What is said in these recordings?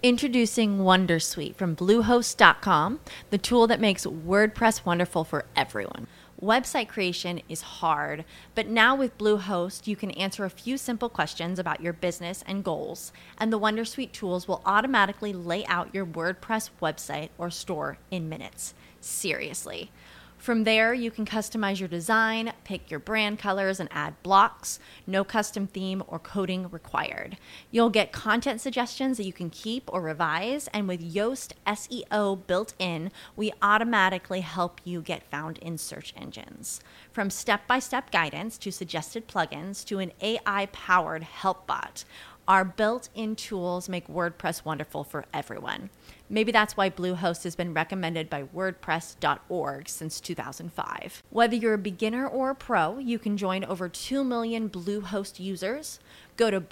Introducing Wondersuite from Bluehost.com, the tool that makes WordPress wonderful for everyone. Website creation is hard, but now with Bluehost, you can answer a few simple questions about your business and goals, and the Wondersuite tools will automatically lay out your WordPress website or store in minutes. Seriously. From there, you can customize your design, pick your brand colors, and add blocks. No custom theme or coding required. You'll get content suggestions that you can keep or revise, and with Yoast SEO built in, we automatically help you get found in search engines. From step-by-step guidance to suggested plugins to an AI-powered help bot, our built-in tools make WordPress wonderful for everyone. Maybe that's why Bluehost has been recommended by WordPress.org since 2005. Whether you're a beginner or a pro, you can join over 2 million Bluehost users. Go to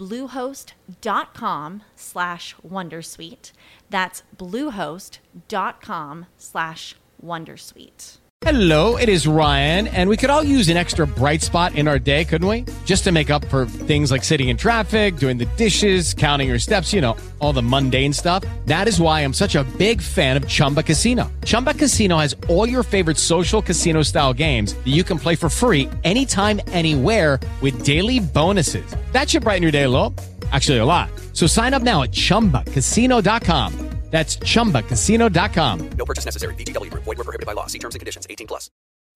bluehost.com/wondersuite. That's bluehost.com/wondersuite. Hello, it is Ryan, and we could all use an extra bright spot in our day, couldn't we? Just to make up for things like sitting in traffic, doing the dishes, counting your steps, you know, all the mundane stuff. That is why I'm such a big fan of Chumba Casino. Chumba Casino has all your favorite social casino-style games that you can play for free anytime, anywhere with daily bonuses. That should brighten your day a little. Actually, a lot. So sign up now at ChumbaCasino.com. That's ChumbaCasino.com. No purchase necessary. VGW Group. Void where prohibited by law. See terms and conditions. 18+.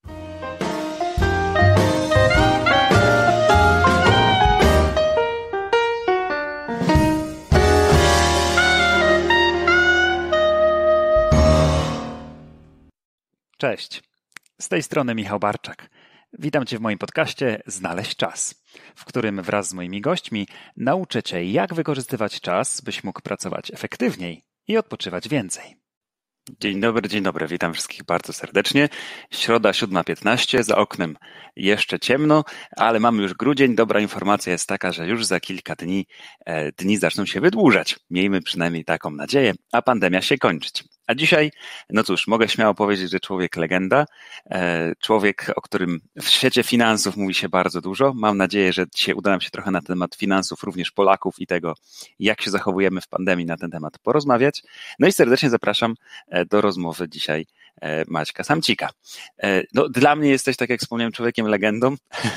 Cześć. Z tej strony Michał Barczak. Witam Cię w moim podcaście Znaleźć czas, w którym wraz z moimi gośćmi nauczę Cię, jak wykorzystywać czas, byś mógł pracować efektywniej i odpoczywać więcej. Dzień dobry, witam wszystkich bardzo serdecznie. Środa 7:15, za oknem jeszcze ciemno, ale mamy już grudzień. Dobra informacja jest taka, że już za kilka dni zaczną się wydłużać. Miejmy przynajmniej taką nadzieję, a pandemia się kończyć. A dzisiaj, no cóż, mogę śmiało powiedzieć, że człowiek legenda, człowiek, o którym w świecie finansów mówi się bardzo dużo. Mam nadzieję, że dzisiaj uda nam się trochę na temat finansów, również Polaków i tego, jak się zachowujemy w pandemii, na ten temat porozmawiać. No i serdecznie zapraszam do rozmowy dzisiaj Maćka Samcika. No, dla mnie jesteś, tak jak wspomniałem, człowiekiem legendą.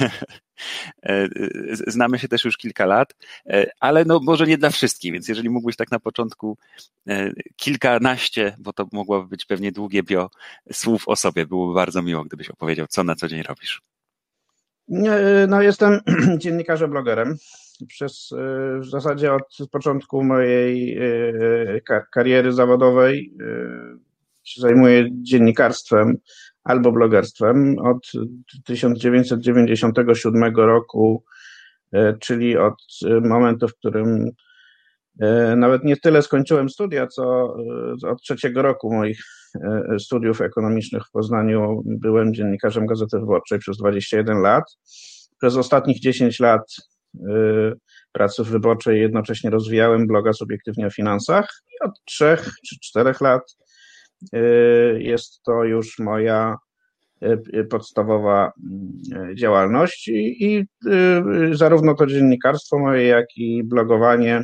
Znamy się też już kilka lat, ale no może nie dla wszystkich, więc jeżeli mógłbyś tak na początku kilkanaście, bo to mogłoby być pewnie długie bio słów o sobie, byłoby bardzo miło, gdybyś opowiedział, co na co dzień robisz. No jestem dziennikarzem, blogerem. W zasadzie od początku mojej kariery zawodowej się zajmuję dziennikarstwem albo blogerstwem od 1997 roku, czyli od momentu, w którym nawet nie tyle skończyłem studia, co od 3. roku moich studiów ekonomicznych w Poznaniu byłem dziennikarzem Gazety Wyborczej przez 21 lat. Przez ostatnich 10 lat pracy w Wyborczej jednocześnie rozwijałem bloga Subiektywnie o Finansach i od 3 czy 4 lat jest to już moja podstawowa działalność i zarówno to dziennikarstwo moje, jak i blogowanie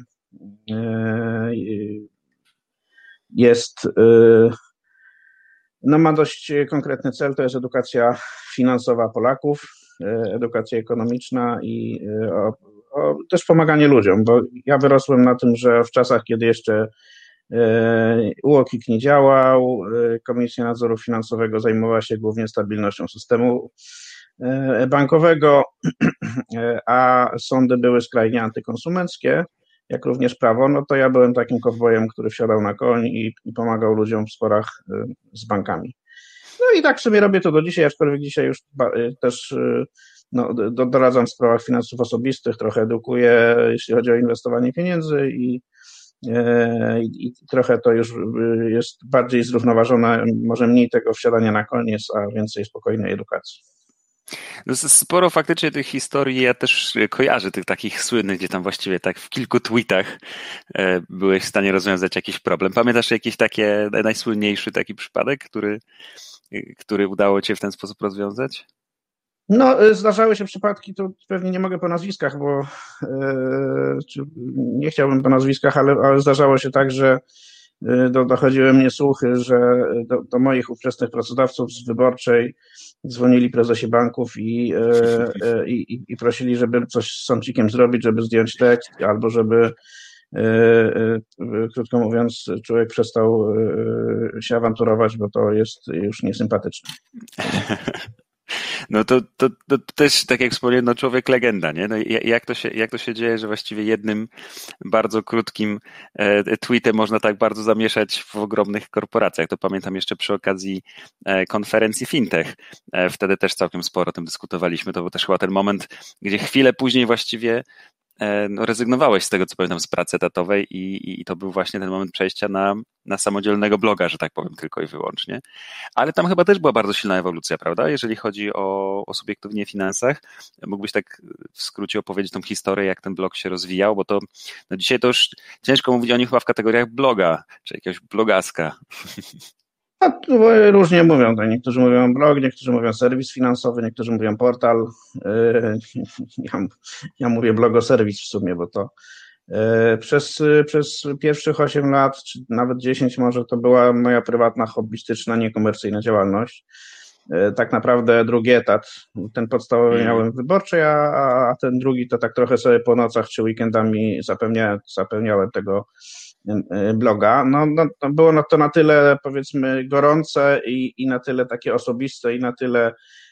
ma dość konkretny cel, to jest edukacja finansowa Polaków, edukacja ekonomiczna i też pomaganie ludziom, bo ja wyrosłem na tym, że w czasach, kiedy jeszcze UOKiK nie działał, Komisja Nadzoru Finansowego zajmowała się głównie stabilnością systemu bankowego, a sądy były skrajnie antykonsumenckie, jak również prawo, no to ja byłem takim kowbojem, który wsiadał na koń i pomagał ludziom w sporach z bankami. No i tak sobie robię to do dzisiaj, aczkolwiek dzisiaj już też doradzam w sprawach finansów osobistych, trochę edukuję, jeśli chodzi o inwestowanie pieniędzy i trochę to już jest bardziej zrównoważone, może mniej tego wsiadania na koniec, a więcej spokojnej edukacji. No, sporo faktycznie tych historii ja też kojarzę, tych takich słynnych, gdzie tam właściwie tak w kilku tweetach byłeś w stanie rozwiązać jakiś problem. Pamiętasz jakiś najsłynniejszy taki przypadek, który udało cię w ten sposób rozwiązać? No, zdarzały się przypadki, tu pewnie nie mogę po nazwiskach, bo nie chciałbym po nazwiskach, ale zdarzało się tak, że dochodziły mnie słuchy, że do moich ówczesnych pracodawców z Wyborczej dzwonili prezesi banków i prosili, żeby coś z sąsikiem zrobić, żeby zdjąć tekst, albo żeby, krótko mówiąc, człowiek przestał się awanturować, bo to jest już niesympatyczne. No to też, tak jak wspomniałem, no człowiek legenda, nie? No jak to się dzieje, że właściwie jednym bardzo krótkim tweetem można tak bardzo zamieszać w ogromnych korporacjach. To pamiętam jeszcze przy okazji konferencji Fintech. Wtedy też całkiem sporo o tym dyskutowaliśmy. To był też chyba ten moment, gdzie chwilę później właściwie rezygnowałeś z tego, co pamiętam, z pracy etatowej i to był właśnie ten moment przejścia na samodzielnego bloga, że tak powiem, tylko i wyłącznie. Ale tam chyba też była bardzo silna ewolucja, prawda? Jeżeli chodzi o subiektywnie finansach. Mógłbyś tak w skrócie opowiedzieć tą historię, jak ten blog się rozwijał, bo to no dzisiaj to już ciężko mówić o nich chyba w kategoriach bloga, czy jakiegoś blogaska. A tu różnie mówią. Niektórzy mówią blog, niektórzy mówią serwis finansowy, niektórzy mówią portal. Ja mówię blogoserwis w sumie, bo to przez pierwszych 8 lat, czy nawet 10 może, to była moja prywatna, hobbystyczna, niekomercyjna działalność. Tak naprawdę drugi etat, ten podstawowy miałem w Wyborczej, a ten drugi to tak trochę sobie po nocach czy weekendami zapełniałem tego bloga. No, było to na tyle, powiedzmy, gorące i na tyle takie osobiste i na tyle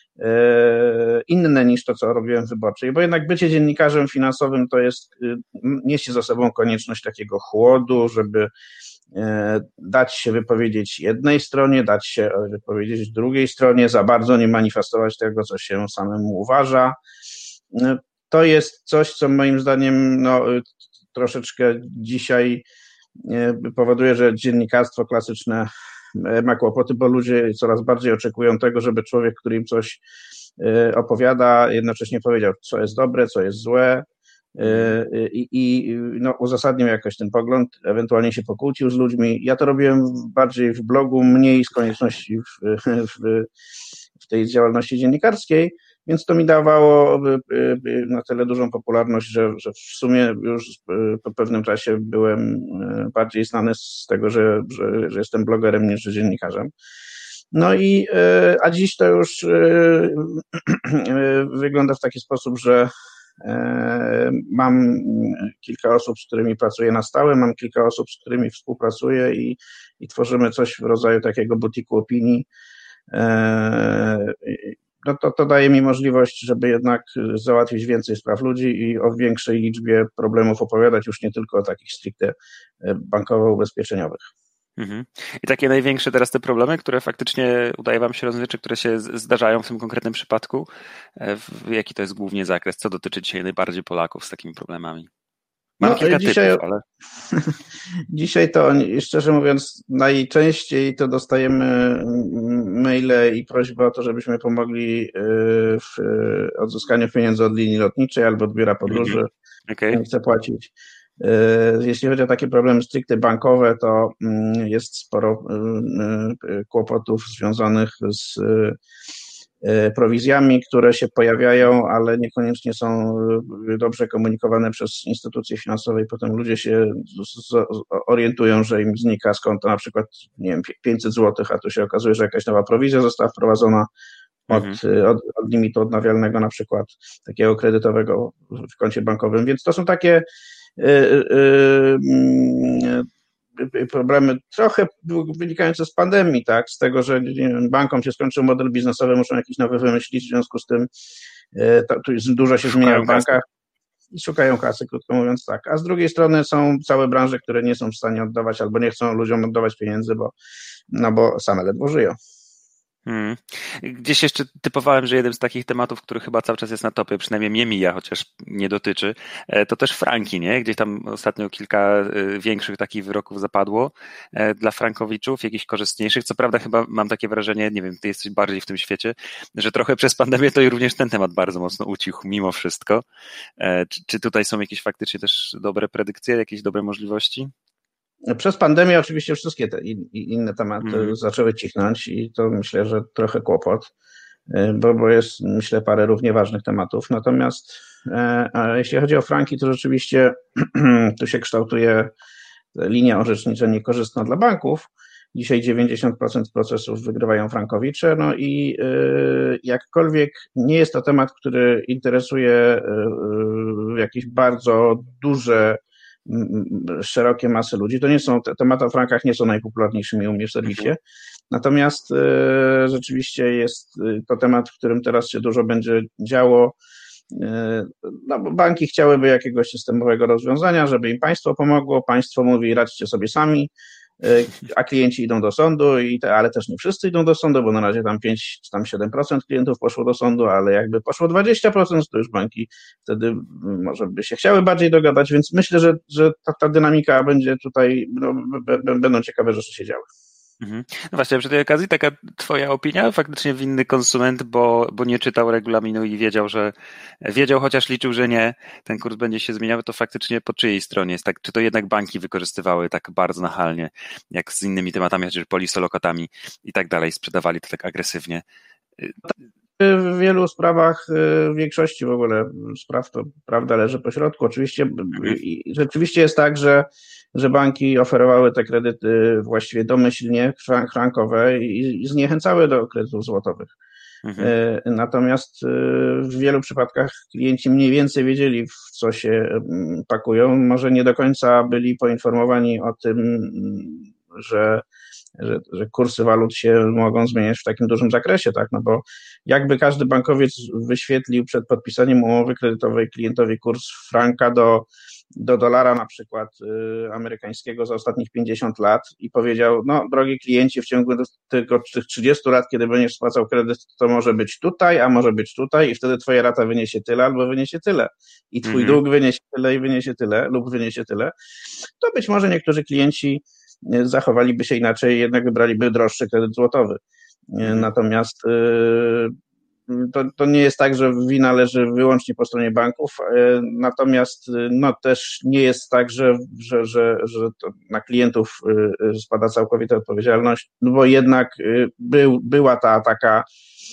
inne niż to, co robiłem w Wyborczej, bo jednak bycie dziennikarzem finansowym to niesie za sobą konieczność takiego chłodu, żeby dać się wypowiedzieć jednej stronie, dać się wypowiedzieć drugiej stronie, za bardzo nie manifestować tego, co się samemu uważa. To jest coś, co moim zdaniem troszeczkę dzisiaj powoduje, że dziennikarstwo klasyczne ma kłopoty, bo ludzie coraz bardziej oczekują tego, żeby człowiek, który im coś opowiada, jednocześnie powiedział, co jest dobre, co jest złe i uzasadnił jakoś ten pogląd, ewentualnie się pokłócił z ludźmi. Ja to robiłem bardziej w blogu, mniej z konieczności w tej działalności dziennikarskiej, więc to mi dawało na tyle dużą popularność, że w sumie już po pewnym czasie byłem bardziej znany z tego, że jestem blogerem niż dziennikarzem. No i a dziś to już wygląda w taki sposób, że mam kilka osób, z którymi pracuję na stałe, mam kilka osób, z którymi współpracuję i tworzymy coś w rodzaju takiego butiku opinii. No to daje mi możliwość, żeby jednak załatwić więcej spraw ludzi i o większej liczbie problemów opowiadać, już nie tylko o takich stricte bankowo-ubezpieczeniowych. Mhm. I takie największe teraz te problemy, które faktycznie udaje wam się rozwiązać, czy które się zdarzają w tym konkretnym przypadku? Jaki to jest głównie zakres? Co dotyczy dzisiaj najbardziej Polaków z takimi problemami? Mam kilka typów, ale... Dzisiaj to, szczerze mówiąc, najczęściej to dostajemy maile i prośby o to, żebyśmy pomogli w odzyskaniu pieniędzy od linii lotniczej albo od biura podróży. Okay. Nie chcę płacić. Jeśli chodzi o takie problemy stricte bankowe, to jest sporo kłopotów związanych z prowizjami, które się pojawiają, ale niekoniecznie są dobrze komunikowane przez instytucje finansowe i potem ludzie się orientują, że im znika z konta na przykład, nie wiem, 500 zł, a tu się okazuje, że jakaś nowa prowizja została wprowadzona od limitu odnawialnego na przykład takiego kredytowego w koncie bankowym, więc to są takie problemy trochę wynikające z pandemii, tak, z tego, że bankom się skończył model biznesowy, muszą jakiś nowy wymyślić, w związku z tym tu dużo się zmienia w bankach i szukają kasy, krótko mówiąc, tak. A z drugiej strony są całe branże, które nie są w stanie oddawać albo nie chcą ludziom oddawać pieniędzy, bo same ledwo żyją. Gdzieś jeszcze typowałem, że jeden z takich tematów, który chyba cały czas jest na topie, przynajmniej mnie mija, chociaż nie dotyczy, to też franki, nie? Gdzieś tam ostatnio kilka większych takich wyroków zapadło dla frankowiczów, jakichś korzystniejszych. Co prawda chyba mam takie wrażenie, nie wiem, ty jesteś bardziej w tym świecie, że trochę przez pandemię to i również ten temat bardzo mocno ucichł mimo wszystko. Czy tutaj są jakieś faktycznie też dobre predykcje, jakieś dobre możliwości? Przez pandemię oczywiście wszystkie te inne tematy zaczęły cichnąć i to myślę, że trochę kłopot. bo jest, myślę, parę równie ważnych tematów. Natomiast jeśli chodzi o franki, to rzeczywiście tu się kształtuje linia orzecznicza niekorzystna dla banków. Dzisiaj 90% procesów wygrywają frankowicze, no i jakkolwiek nie jest to temat, który interesuje jakieś bardzo duże, szerokie masy ludzi. To nie są, te tematy o frankach nie są najpopularniejszymi u mnie w serwisie. Natomiast rzeczywiście jest to temat, w którym teraz się dużo będzie działo. No, bo banki chciałyby jakiegoś systemowego rozwiązania, żeby im państwo pomogło. Państwo mówi, radźcie sobie sami, a klienci idą do sądu, ale też nie wszyscy idą do sądu, bo na razie tam 5 czy tam 7% klientów poszło do sądu, ale jakby poszło 20%, to już banki wtedy może by się chciały bardziej dogadać, więc myślę, że ta dynamika będzie tutaj, no, będą ciekawe rzeczy się działy. No właśnie, przy tej okazji taka twoja opinia, faktycznie winny konsument, bo nie czytał regulaminu i wiedział, chociaż liczył, że nie, ten kurs będzie się zmieniał, to faktycznie po czyjej stronie jest tak, czy to jednak banki wykorzystywały tak bardzo nachalnie, jak z innymi tematami, chociaż polisolokatami i tak dalej, sprzedawali to tak agresywnie. W wielu sprawach, w większości w ogóle spraw to prawda leży po środku. Oczywiście rzeczywiście jest tak, że banki oferowały te kredyty właściwie domyślnie, frankowe i zniechęcały do kredytów złotowych. Natomiast w wielu przypadkach klienci mniej więcej wiedzieli, w co się pakują. Może nie do końca byli poinformowani o tym, że kursy walut się mogą zmieniać w takim dużym zakresie, tak? No bo jakby każdy bankowiec wyświetlił przed podpisaniem umowy kredytowej klientowi kurs franka do dolara na przykład amerykańskiego za ostatnich 50 lat i powiedział, no drogi klienci, w ciągu tylko tych 30 lat, kiedy będziesz spłacał kredyt, to może być tutaj, a może być tutaj i wtedy twoja rata wyniesie tyle albo wyniesie tyle i twój dług wyniesie tyle i wyniesie tyle lub wyniesie tyle, to być może niektórzy klienci zachowaliby się inaczej, jednak wybraliby droższy kredyt złotowy. Natomiast to nie jest tak, że wina leży wyłącznie po stronie banków, natomiast no też nie jest tak, że to na klientów spada całkowita odpowiedzialność, no bo jednak była ta taka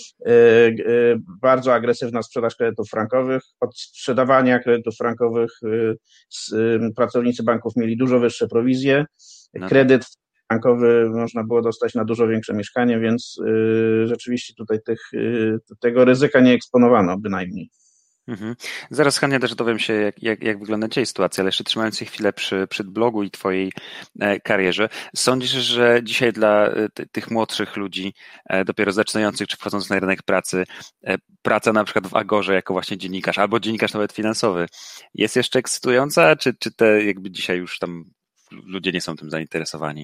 bardzo agresywna sprzedaż kredytów frankowych. Od sprzedawania kredytów frankowych pracownicy banków mieli dużo wyższe prowizje. Kredyt frankowy można było dostać na dużo większe mieszkanie, więc rzeczywiście tutaj tego ryzyka nie eksponowano bynajmniej. Zaraz chętnie też dowiem się, jak wygląda dzisiaj sytuacja, ale jeszcze trzymając się chwilę przy blogu i twojej karierze, sądzisz, że dzisiaj dla tych młodszych ludzi, dopiero zaczynających czy wchodzących na rynek pracy, praca na przykład w Agorze jako właśnie dziennikarz, albo dziennikarz nawet finansowy, jest jeszcze ekscytująca, czy te jakby dzisiaj już tam ludzie nie są tym zainteresowani?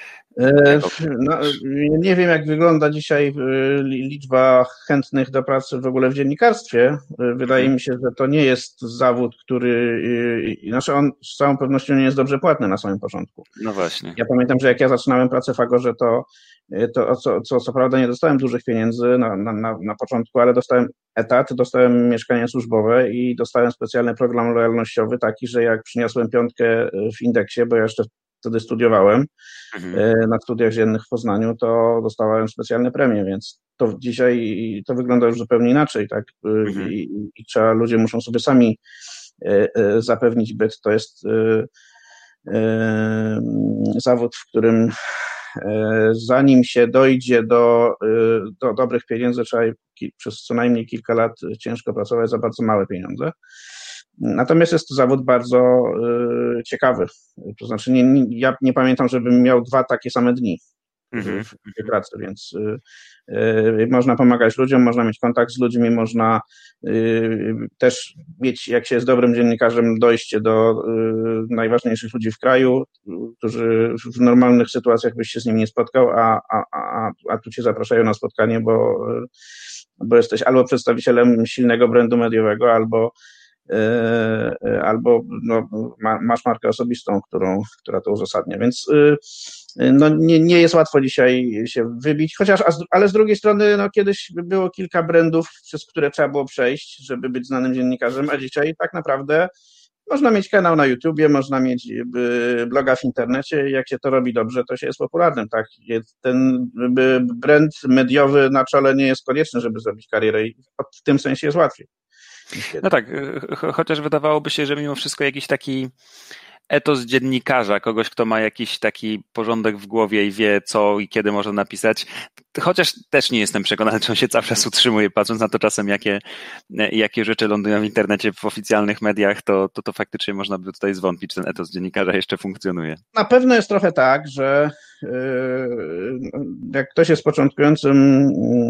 No, nie wiem, jak wygląda dzisiaj liczba chętnych do pracy w ogóle w dziennikarstwie. Wydaje mi się, że to nie jest zawód, znaczy on z całą pewnością nie jest dobrze płatny na samym początku. No właśnie. Ja pamiętam, że jak ja zaczynałem pracę w Agorze, to co prawda nie dostałem dużych pieniędzy na początku, ale dostałem etat, dostałem mieszkanie służbowe i dostałem specjalny program lojalnościowy taki, że jak przyniosłem 5 w indeksie, bo ja jeszcze wtedy studiowałem na studiach ziemnych w Poznaniu, to dostałem specjalne premie, więc to dzisiaj to wygląda już zupełnie inaczej, tak? I ludzie muszą sobie sami zapewnić byt. To jest zawód, w którym zanim się dojdzie do dobrych pieniędzy, trzeba przez co najmniej kilka lat ciężko pracować za bardzo małe pieniądze. Natomiast jest to zawód bardzo ciekawy. To znaczy ja nie pamiętam, żebym miał 2 takie same dni w pracy, więc można pomagać ludziom, można mieć kontakt z ludźmi, można też mieć, jak się jest dobrym dziennikarzem, dojście do najważniejszych ludzi w kraju, którzy w normalnych sytuacjach byś się z nimi nie spotkał, a tu cię zapraszają na spotkanie, bo jesteś albo przedstawicielem silnego brandu mediowego, albo no, masz markę osobistą, która to uzasadnia, więc no, nie jest łatwo dzisiaj się wybić, ale z drugiej strony no, kiedyś było kilka brandów, przez które trzeba było przejść, żeby być znanym dziennikarzem, a dzisiaj tak naprawdę Można mieć kanał na YouTubie, można mieć bloga w internecie. Jak się to robi dobrze, to się jest popularnym. Tak? Ten brand mediowy na czole nie jest konieczny, żeby zrobić karierę i w tym sensie jest łatwiej. No tak, chociaż wydawałoby się, że mimo wszystko jakiś taki etos dziennikarza, kogoś, kto ma jakiś taki porządek w głowie i wie, co i kiedy można napisać, chociaż też nie jestem przekonany, czy on się cały czas utrzymuje, patrząc na to czasem, jakie rzeczy lądują w internecie, w oficjalnych mediach, to faktycznie można by tutaj zwątpić, czy ten etos dziennikarza jeszcze funkcjonuje. Na pewno jest trochę tak, że jak ktoś jest początkującym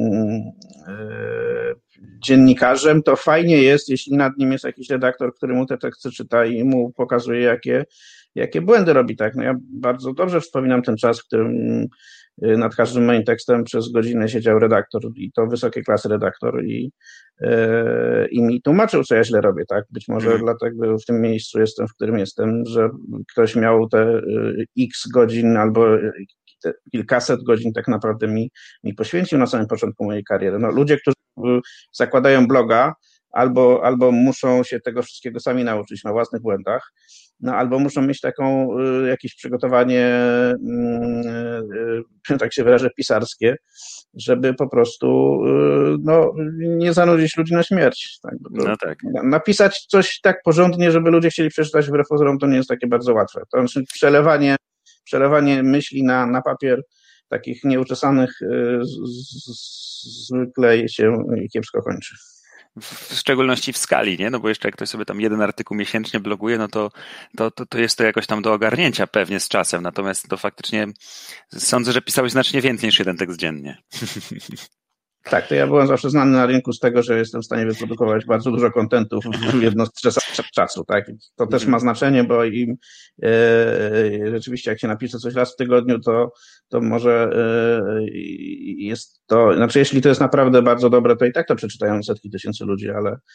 dziennikarzem, to fajnie jest, jeśli nad nim jest jakiś redaktor, który mu te teksty czyta i mu pokazuje, jakie błędy robi. Tak? No ja bardzo dobrze wspominam ten czas, w którym nad każdym moim tekstem przez godzinę siedział redaktor i to wysokiej klasy redaktor i mi tłumaczył, co ja źle robię. Tak? Być może dlatego w tym miejscu jestem, w którym jestem, że ktoś miał te x godzin albo kilkaset godzin tak naprawdę mi poświęcił na samym początku mojej kariery. No, ludzie, którzy zakładają bloga, albo muszą się tego wszystkiego sami nauczyć na własnych błędach, no albo muszą mieć jakieś przygotowanie, tak się wyrażę, pisarskie, żeby po prostu nie zanudzić ludzi na śmierć. Tak? No tak. Napisać coś tak porządnie, żeby ludzie chcieli przeczytać wbrew pozorom, to nie jest takie bardzo łatwe. To znaczy przelewanie myśli na papier takich nieuczesanych zwykle się kiepsko kończy. W szczególności w skali, nie? No bo jeszcze jak ktoś sobie tam jeden artykuł miesięcznie bloguje, no to jest to jakoś tam do ogarnięcia pewnie z czasem, natomiast to faktycznie sądzę, że pisałeś znacznie więcej niż jeden tekst dziennie. Tak, to ja byłem zawsze znany na rynku z tego, że jestem w stanie wyprodukować bardzo dużo kontentu w jednostce czasu. Tak? To też ma znaczenie, bo rzeczywiście jak się napisze coś raz w tygodniu, to może jest to, znaczy jeśli to jest naprawdę bardzo dobre, to i tak to przeczytają setki tysięcy ludzi,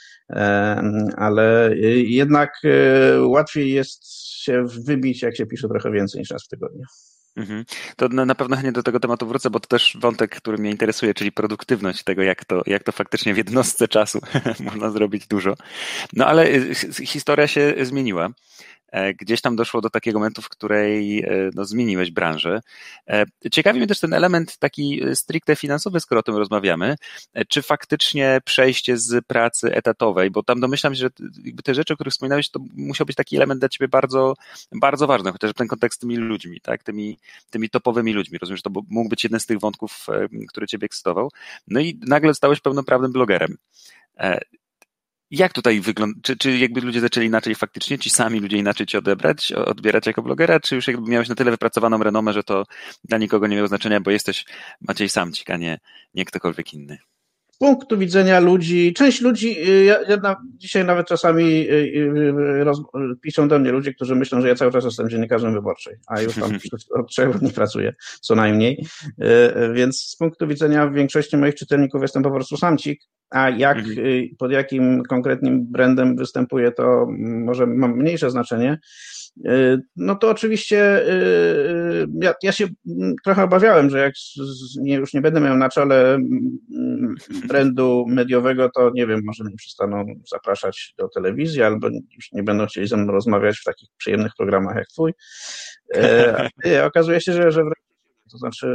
ale jednak łatwiej jest się wybić, jak się pisze trochę więcej niż raz w tygodniu. To na pewno chętnie do tego tematu wrócę, bo to też wątek, który mnie interesuje, czyli produktywność tego, jak to faktycznie w jednostce czasu można zrobić dużo. No ale historia się zmieniła. Gdzieś tam doszło do takiego momentu, w której zmieniłeś branżę. Ciekawi mnie też ten element taki stricte finansowy, skoro o tym rozmawiamy. Czy faktycznie przejście z pracy etatowej, bo tam domyślam się, że jakby te rzeczy, o których wspominałeś, to musiał być taki element dla ciebie bardzo, bardzo ważny, chociażby ten kontekst z tymi ludźmi, tak? Tymi topowymi ludźmi. Rozumiem, że to mógł być jeden z tych wątków, który ciebie ekscytował. No i nagle stałeś pełnoprawnym blogerem. Jak tutaj wygląda, czy jakby ludzie zaczęli inaczej faktycznie, ci sami ludzie inaczej cię odbierać jako blogera, czy już jakby miałeś na tyle wypracowaną renomę, że to dla nikogo nie miało znaczenia, bo jesteś Maciej Samcik, a nie ktokolwiek inny? Z punktu widzenia ludzi, część ludzi, dzisiaj nawet czasami piszą do mnie ludzie, którzy myślą, że ja cały czas jestem dziennikarzem wyborczej, a już tam od 3 lat nie pracuję, co najmniej, więc z punktu widzenia większości moich czytelników jestem po prostu Samcik, a pod jakim konkretnym brandem występuję, to może ma mniejsze znaczenie. No to oczywiście ja się trochę obawiałem, że jak już nie będę miał na czole brandu mediowego, to nie wiem, może mnie przestaną zapraszać do telewizji albo już nie będą chcieli ze mną rozmawiać w takich przyjemnych programach jak twój. Okazuje się, że wręcz, to znaczy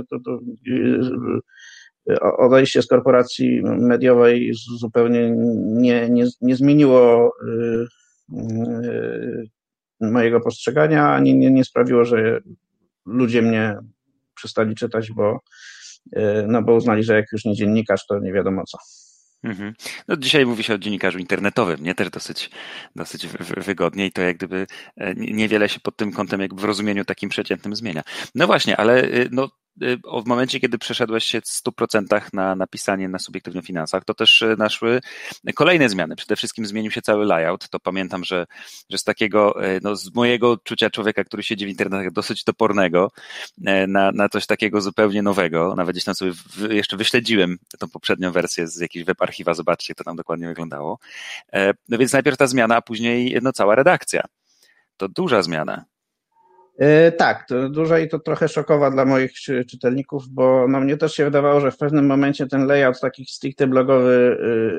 odejście z korporacji mediowej zupełnie nie zmieniło mojego postrzegania, ani nie sprawiło, że ludzie mnie przestali czytać, bo uznali, że jak już nie dziennikarz, to nie wiadomo co. No dzisiaj mówi się o dziennikarzu internetowym, nie? Też dosyć wygodnie i to jak gdyby niewiele się pod tym kątem jakby w rozumieniu takim przeciętnym zmienia. No właśnie, ale w momencie, kiedy przeszedłeś się w 100% na pisanie na subiektywnych finansach, to też naszły kolejne zmiany. Przede wszystkim zmienił się cały layout. To pamiętam, że z takiego, z mojego odczucia człowieka, który siedzi w internetach dosyć topornego, na coś takiego zupełnie nowego. Nawet gdzieś tam sobie jeszcze wyśledziłem tą poprzednią wersję z jakiejś web archiwa. Zobaczcie, jak to tam dokładnie wyglądało. No więc najpierw ta zmiana, a później cała redakcja. To duża zmiana. Tak, to duża i to trochę szokowa dla moich czytelników, bo no mnie też się wydawało, że w pewnym momencie ten layout taki stricte blogowy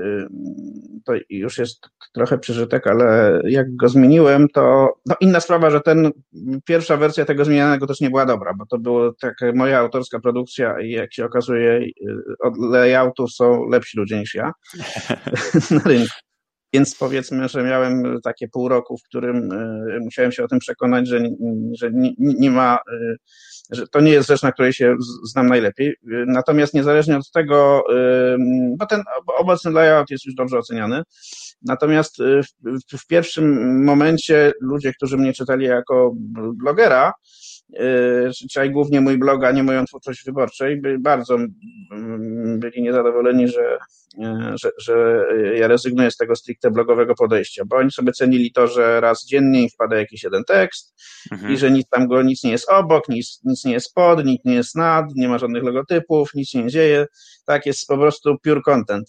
to już jest trochę przeżytek, ale jak go zmieniłem, to no inna sprawa, że pierwsza wersja tego zmienianego też nie była dobra, bo to była taka moja autorska produkcja i jak się okazuje od layoutów są lepsi ludzie niż ja na rynku. Więc powiedzmy, że miałem takie pół roku, w którym musiałem się o tym przekonać, że nie ma, że to nie jest rzecz, na której się znam najlepiej. Natomiast niezależnie od tego, bo ten obecny layout jest już dobrze oceniany, natomiast w pierwszym momencie ludzie, którzy mnie czytali jako blogera, czyli głównie mój blog, a nie moją twórczość wyborczej, bardzo byli niezadowoleni, że ja rezygnuję z tego stricte blogowego podejścia, bo oni sobie cenili to, że raz dziennie im wpada jakiś jeden tekst i że nic nie jest obok, nic nie jest pod, nic nie jest nad, nie ma żadnych logotypów, nic się nie dzieje. Tak, jest po prostu pure content.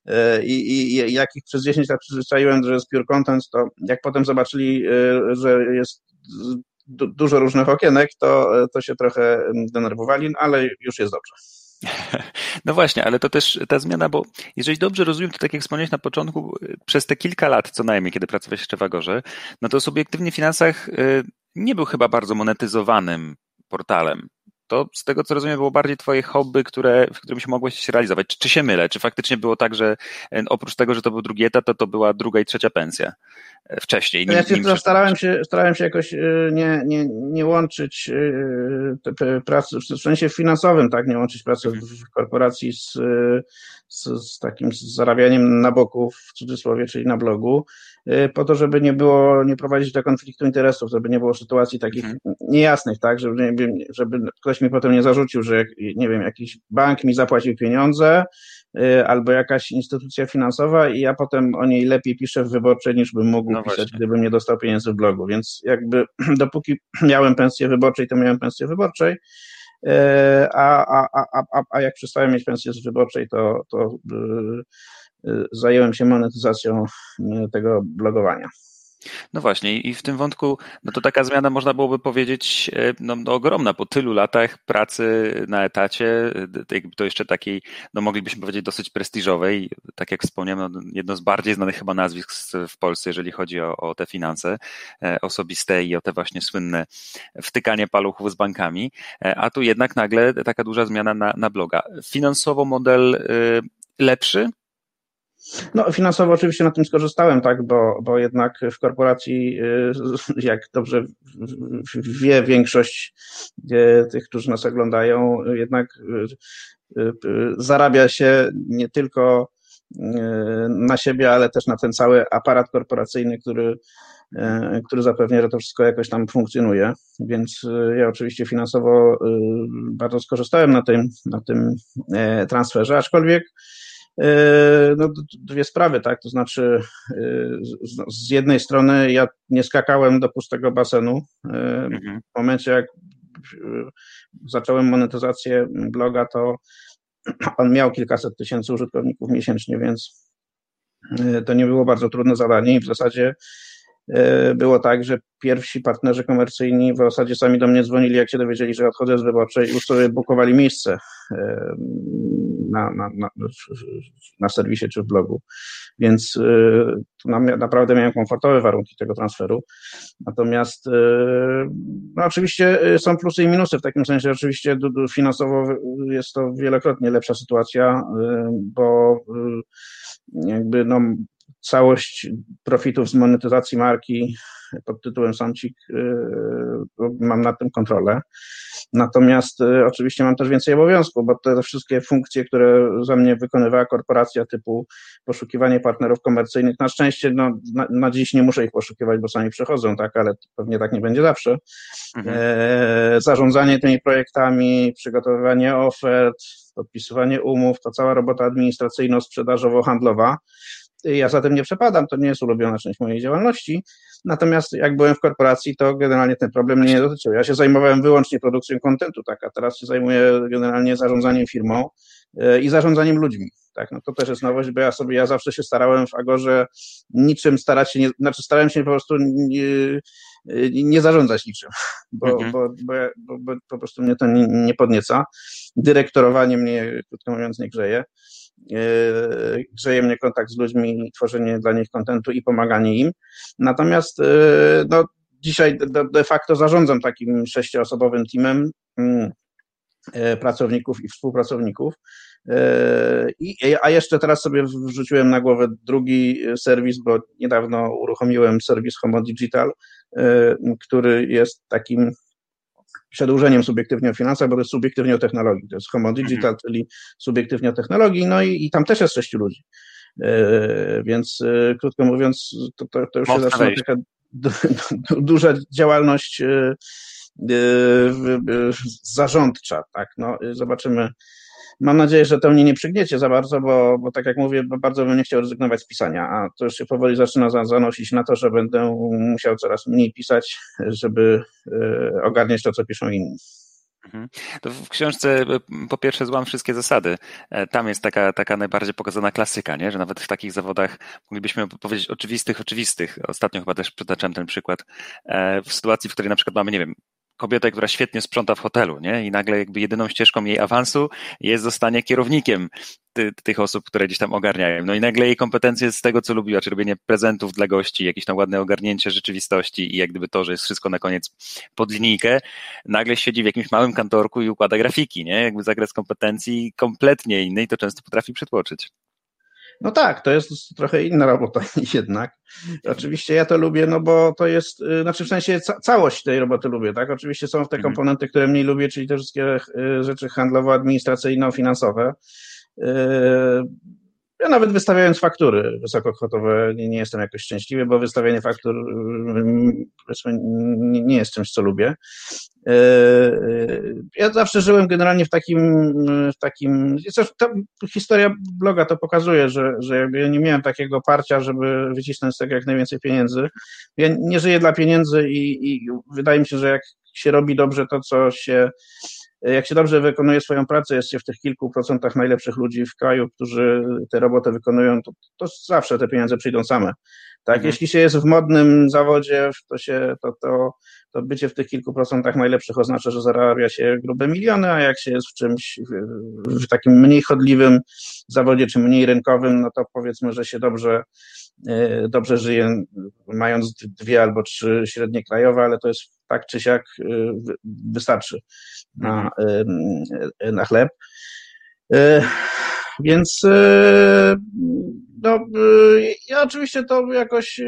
I jak ich przez 10 lat przyzwyczaiłem, że jest pure content, to jak potem zobaczyli, że jest dużo różnych okienek, to się trochę denerwowali, ale już jest dobrze. No właśnie, ale to też ta zmiana, bo jeżeli dobrze rozumiem, to tak jak wspomniałeś na początku, przez te kilka lat co najmniej, kiedy pracowałeś jeszcze w Agorze, no to Subiektywnie w Finansach nie był chyba bardzo monetyzowanym portalem. To z tego co rozumiem było bardziej twoje hobby, w którym się mogłeś realizować. Czy się mylę? Czy faktycznie było tak, że oprócz tego, że to był drugi etat, to była druga i trzecia pensja wcześniej? Starałem się jakoś nie łączyć pracy, w sensie finansowym, tak, nie łączyć pracy w korporacji z takim zarabianiem na boku, w cudzysłowie, czyli na blogu, po to, żeby nie prowadzić do konfliktu interesów, żeby nie było sytuacji takich niejasnych, tak, żeby ktoś mi potem nie zarzucił, że nie wiem, jakiś bank mi zapłacił pieniądze, albo jakaś instytucja finansowa i ja potem o niej lepiej piszę w Wyborczej, niż bym mógł pisać, gdybym nie dostał pieniędzy w blogu, więc jakby dopóki miałem pensję wyborczej, to miałem pensję wyborczej, a jak przestałem mieć pensję z wyborczej, to zająłem się monetyzacją tego blogowania. No właśnie i w tym wątku, no to taka zmiana można byłoby powiedzieć no ogromna po tylu latach pracy na etacie, to jeszcze takiej, no moglibyśmy powiedzieć dosyć prestiżowej, tak jak wspomniałem, no jedno z bardziej znanych chyba nazwisk w Polsce, jeżeli chodzi o te finanse osobiste i o te właśnie słynne wtykanie paluchów z bankami, a tu jednak nagle taka duża zmiana na bloga. Finansowo model lepszy? No, finansowo oczywiście na tym skorzystałem, tak, bo jednak w korporacji, jak dobrze wie większość tych, którzy nas oglądają, jednak zarabia się nie tylko na siebie, ale też na ten cały aparat korporacyjny, który zapewnia, że to wszystko jakoś tam funkcjonuje. Więc ja oczywiście finansowo bardzo skorzystałem na tym transferze, aczkolwiek no, dwie sprawy, tak, to znaczy z jednej strony ja nie skakałem do pustego basenu. W momencie jak zacząłem monetyzację bloga, to on miał kilkaset tysięcy użytkowników miesięcznie, więc to nie było bardzo trudne zadanie i w zasadzie było tak, że pierwsi partnerzy komercyjni w zasadzie sami do mnie dzwonili, jak się dowiedzieli, że odchodzę z Wyborczej i już sobie bukowali miejsce na serwisie czy w blogu. Więc naprawdę miałem komfortowe warunki tego transferu. Natomiast no oczywiście są plusy i minusy, w takim sensie oczywiście finansowo jest to wielokrotnie lepsza sytuacja, bo jakby no całość profitów z monetyzacji marki pod tytułem Samcik mam nad tym kontrolę. Natomiast oczywiście mam też więcej obowiązków, bo te wszystkie funkcje, które za mnie wykonywała korporacja typu poszukiwanie partnerów komercyjnych, na szczęście na dziś nie muszę ich poszukiwać, bo sami przychodzą, tak, ale pewnie tak nie będzie zawsze. Zarządzanie tymi projektami, przygotowywanie ofert, podpisywanie umów, to cała robota administracyjno-sprzedażowo-handlowa. Ja za tym nie przepadam, to nie jest ulubiona część mojej działalności, natomiast jak byłem w korporacji, to generalnie ten problem mnie nie dotyczył. Ja się zajmowałem wyłącznie produkcją kontentu, tak, a teraz się zajmuję generalnie zarządzaniem firmą i zarządzaniem ludźmi. tak? No to też jest nowość, bo ja zawsze się starałem w Agorze niczym starałem się po prostu nie zarządzać niczym, bo po prostu mnie to nie podnieca. Dyrektorowanie mnie, krótko mówiąc, nie grzeje. Grzeje mnie kontakt z ludźmi, tworzenie dla nich kontentu i pomaganie im. Natomiast no, dzisiaj de facto zarządzam takim 6-osobowym teamem pracowników i współpracowników. A jeszcze teraz sobie wrzuciłem na głowę drugi serwis, bo niedawno uruchomiłem serwis Homo Digital, który jest takim przedłużeniem subiektywnie o finansach, bo to jest subiektywnie o technologii. To jest Homo Digital, czyli subiektywnie o technologii, no i tam też jest 6 ludzi. Więc krótko mówiąc, to już się zaczyna taka duża działalność zarządcza, tak, no zobaczymy. Mam nadzieję, że to mnie nie przygniecie za bardzo, bo tak jak mówię, bardzo bym nie chciał rezygnować z pisania, a to już się powoli zaczyna zanosić na to, że będę musiał coraz mniej pisać, żeby ogarniać to, co piszą inni. To w książce po pierwsze złam wszystkie zasady. Tam jest taka najbardziej pokazana klasyka, nie? Że nawet w takich zawodach moglibyśmy powiedzieć oczywistych. Ostatnio chyba też przytaczałem ten przykład. W sytuacji, w której na przykład mamy, nie wiem, kobietę, która świetnie sprząta w hotelu, nie? I nagle jakby jedyną ścieżką jej awansu jest zostanie kierownikiem tych osób, które gdzieś tam ogarniają. No i nagle jej kompetencje z tego, co lubiła, czy robienie prezentów dla gości, jakieś tam ładne ogarnięcie rzeczywistości i jak gdyby to, że jest wszystko na koniec pod linijkę, nagle siedzi w jakimś małym kantorku i układa grafiki, nie? Jakby zakres kompetencji kompletnie inny i to często potrafi przytłoczyć. No tak, to jest trochę inna robota jednak. Oczywiście ja to lubię, no bo to jest, znaczy w sensie całość tej roboty lubię, tak? Oczywiście są te komponenty, które mniej lubię, czyli te wszystkie rzeczy handlowo-administracyjno-finansowe. Ja nawet wystawiając faktury wysokokwotowe nie jestem jakoś szczęśliwy, bo wystawianie faktur nie jest czymś, co lubię. Ja zawsze żyłem generalnie w takim ta historia bloga to pokazuje, że jakby ja nie miałem takiego parcia, żeby wycisnąć z tego jak najwięcej pieniędzy. Ja nie żyję dla pieniędzy i wydaje mi się, że jak się robi dobrze to, jak się dobrze wykonuje swoją pracę, jest się w tych kilku procentach najlepszych ludzi w kraju, którzy tę robotę wykonują, to zawsze te pieniądze przyjdą same. Tak, jeśli się jest w modnym zawodzie, to bycie w tych kilku procentach najlepszych oznacza, że zarabia się grube miliony, a jak się jest w czymś, w takim mniej chodliwym zawodzie, czy mniej rynkowym, no to powiedzmy, że się dobrze żyje, mając 2 albo 3 średnie krajowe, ale to jest tak czy siak wystarczy na chleb. Więc no, ja oczywiście to jakoś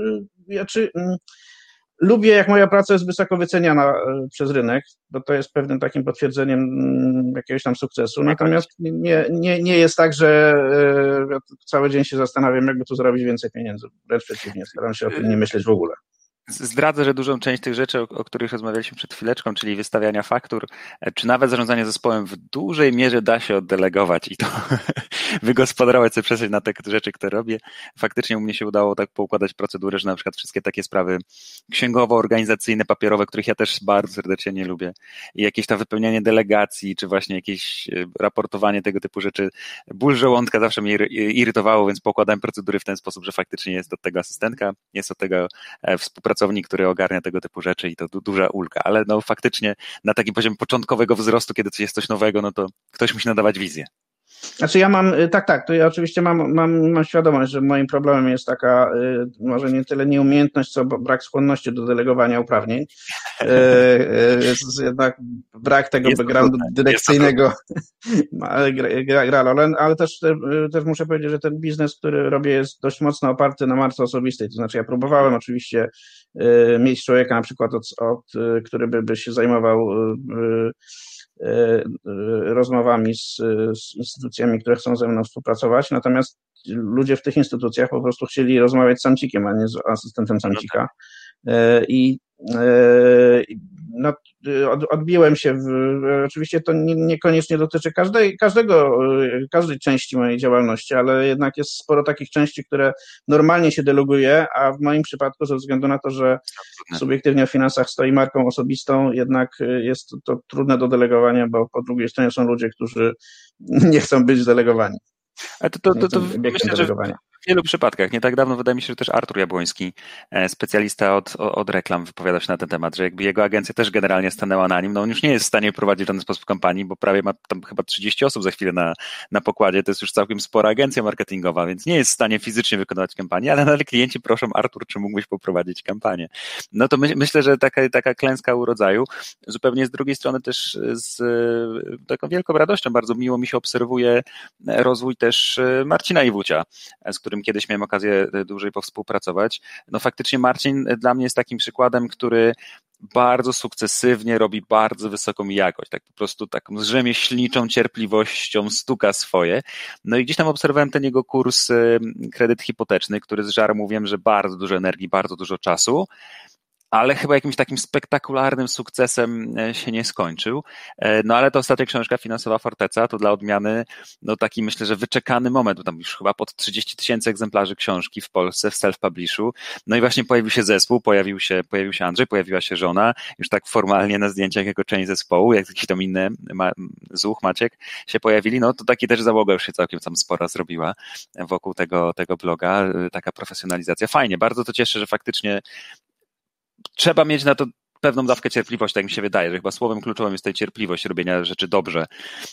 lubię, jak moja praca jest wysoko wyceniana przez rynek, bo to jest pewnym takim potwierdzeniem jakiegoś tam sukcesu. Natomiast nie jest tak, że cały dzień się zastanawiam, jakby tu zrobić więcej pieniędzy. Wręcz przeciwnie, staram się o tym nie myśleć w ogóle. Zdradzę, że dużą część tych rzeczy, o których rozmawialiśmy przed chwileczką, czyli wystawiania faktur, czy nawet zarządzanie zespołem w dużej mierze da się oddelegować i to wygospodarować sobie przestrzeń na te rzeczy, które robię. Faktycznie u mnie się udało tak poukładać procedurę, że na przykład wszystkie takie sprawy księgowo-organizacyjne, papierowe, których ja też bardzo serdecznie nie lubię i jakieś tam wypełnianie delegacji, czy właśnie jakieś raportowanie tego typu rzeczy, ból żołądka zawsze mnie irytowało, więc poukładałem procedury w ten sposób, że faktycznie jest od tego asystentka, jest od tego współpracownik, który ogarnia tego typu rzeczy i to duża ulga, ale no faktycznie na takim poziomie początkowego wzrostu, kiedy jest coś nowego, no to ktoś musi nadawać wizję. Znaczy ja mam, tak, to ja oczywiście mam świadomość, że moim problemem jest taka, może nie tyle nieumiejętność, co brak skłonności do delegowania uprawnień. Jest jednak brak tego backgroundu dyrekcyjnego gra rolę, ale też muszę powiedzieć, że ten biznes, który robię, jest dość mocno oparty na marce osobistej, to znaczy ja próbowałem oczywiście mieć człowieka na przykład, który by się zajmował rozmowami z instytucjami, które chcą ze mną współpracować, natomiast ludzie w tych instytucjach po prostu chcieli rozmawiać z Samcikiem, a nie z asystentem Samcika. I no, odbiłem się, oczywiście to niekoniecznie dotyczy każdej części mojej działalności, ale jednak jest sporo takich części, które normalnie się deleguje, a w moim przypadku ze względu na to, że subiektywnie o finansach stoi marką osobistą, jednak jest to trudne do delegowania, bo po drugiej stronie są ludzie, którzy nie chcą być delegowani. Ale to obiektem myślę, że delegowania. w wielu przypadkach. Nie tak dawno wydaje mi się, że też Artur Jabłoński, specjalista od reklam, wypowiadał się na ten temat, że jakby jego agencja też generalnie stanęła na nim. No on już nie jest w stanie prowadzić w żaden sposób kampanii, bo prawie ma tam chyba 30 osób za chwilę na pokładzie. To jest już całkiem spora agencja marketingowa, więc nie jest w stanie fizycznie wykonywać kampanii, ale nadal klienci proszą: Artur, czy mógłbyś poprowadzić kampanię? No to myślę, że taka klęska urodzaju. Zupełnie z drugiej strony też z taką wielką radością bardzo miło mi się obserwuje rozwój też Marcina Iwucia, z którym kiedyś miałem okazję dłużej powspółpracować. No faktycznie Marcin dla mnie jest takim przykładem, który bardzo sukcesywnie robi bardzo wysoką jakość, tak po prostu taką z rzemieślniczą cierpliwością stuka swoje. No i gdzieś tam obserwowałem ten jego kurs kredyt hipoteczny, który zżarł mu, wiem, że bardzo dużo energii, bardzo dużo czasu, ale chyba jakimś takim spektakularnym sukcesem się nie skończył. No ale to ostatnia książka Finansowa Forteca to dla odmiany no taki, myślę, że wyczekany moment, bo tam już chyba pod 30 000 egzemplarzy książki w Polsce w self-publishu. No i właśnie pojawił się zespół, pojawił się Andrzej, pojawiła się żona, już tak formalnie na zdjęciach jako część zespołu, jak jakieś tam inne, Zuch, Maciek się pojawili, no to taki też załoga już się całkiem tam spora zrobiła wokół tego bloga, taka profesjonalizacja. Fajnie, bardzo to cieszę, że faktycznie trzeba mieć na to pewną dawkę cierpliwości, tak mi się wydaje, że chyba słowem kluczowym jest tutaj cierpliwość robienia rzeczy dobrze.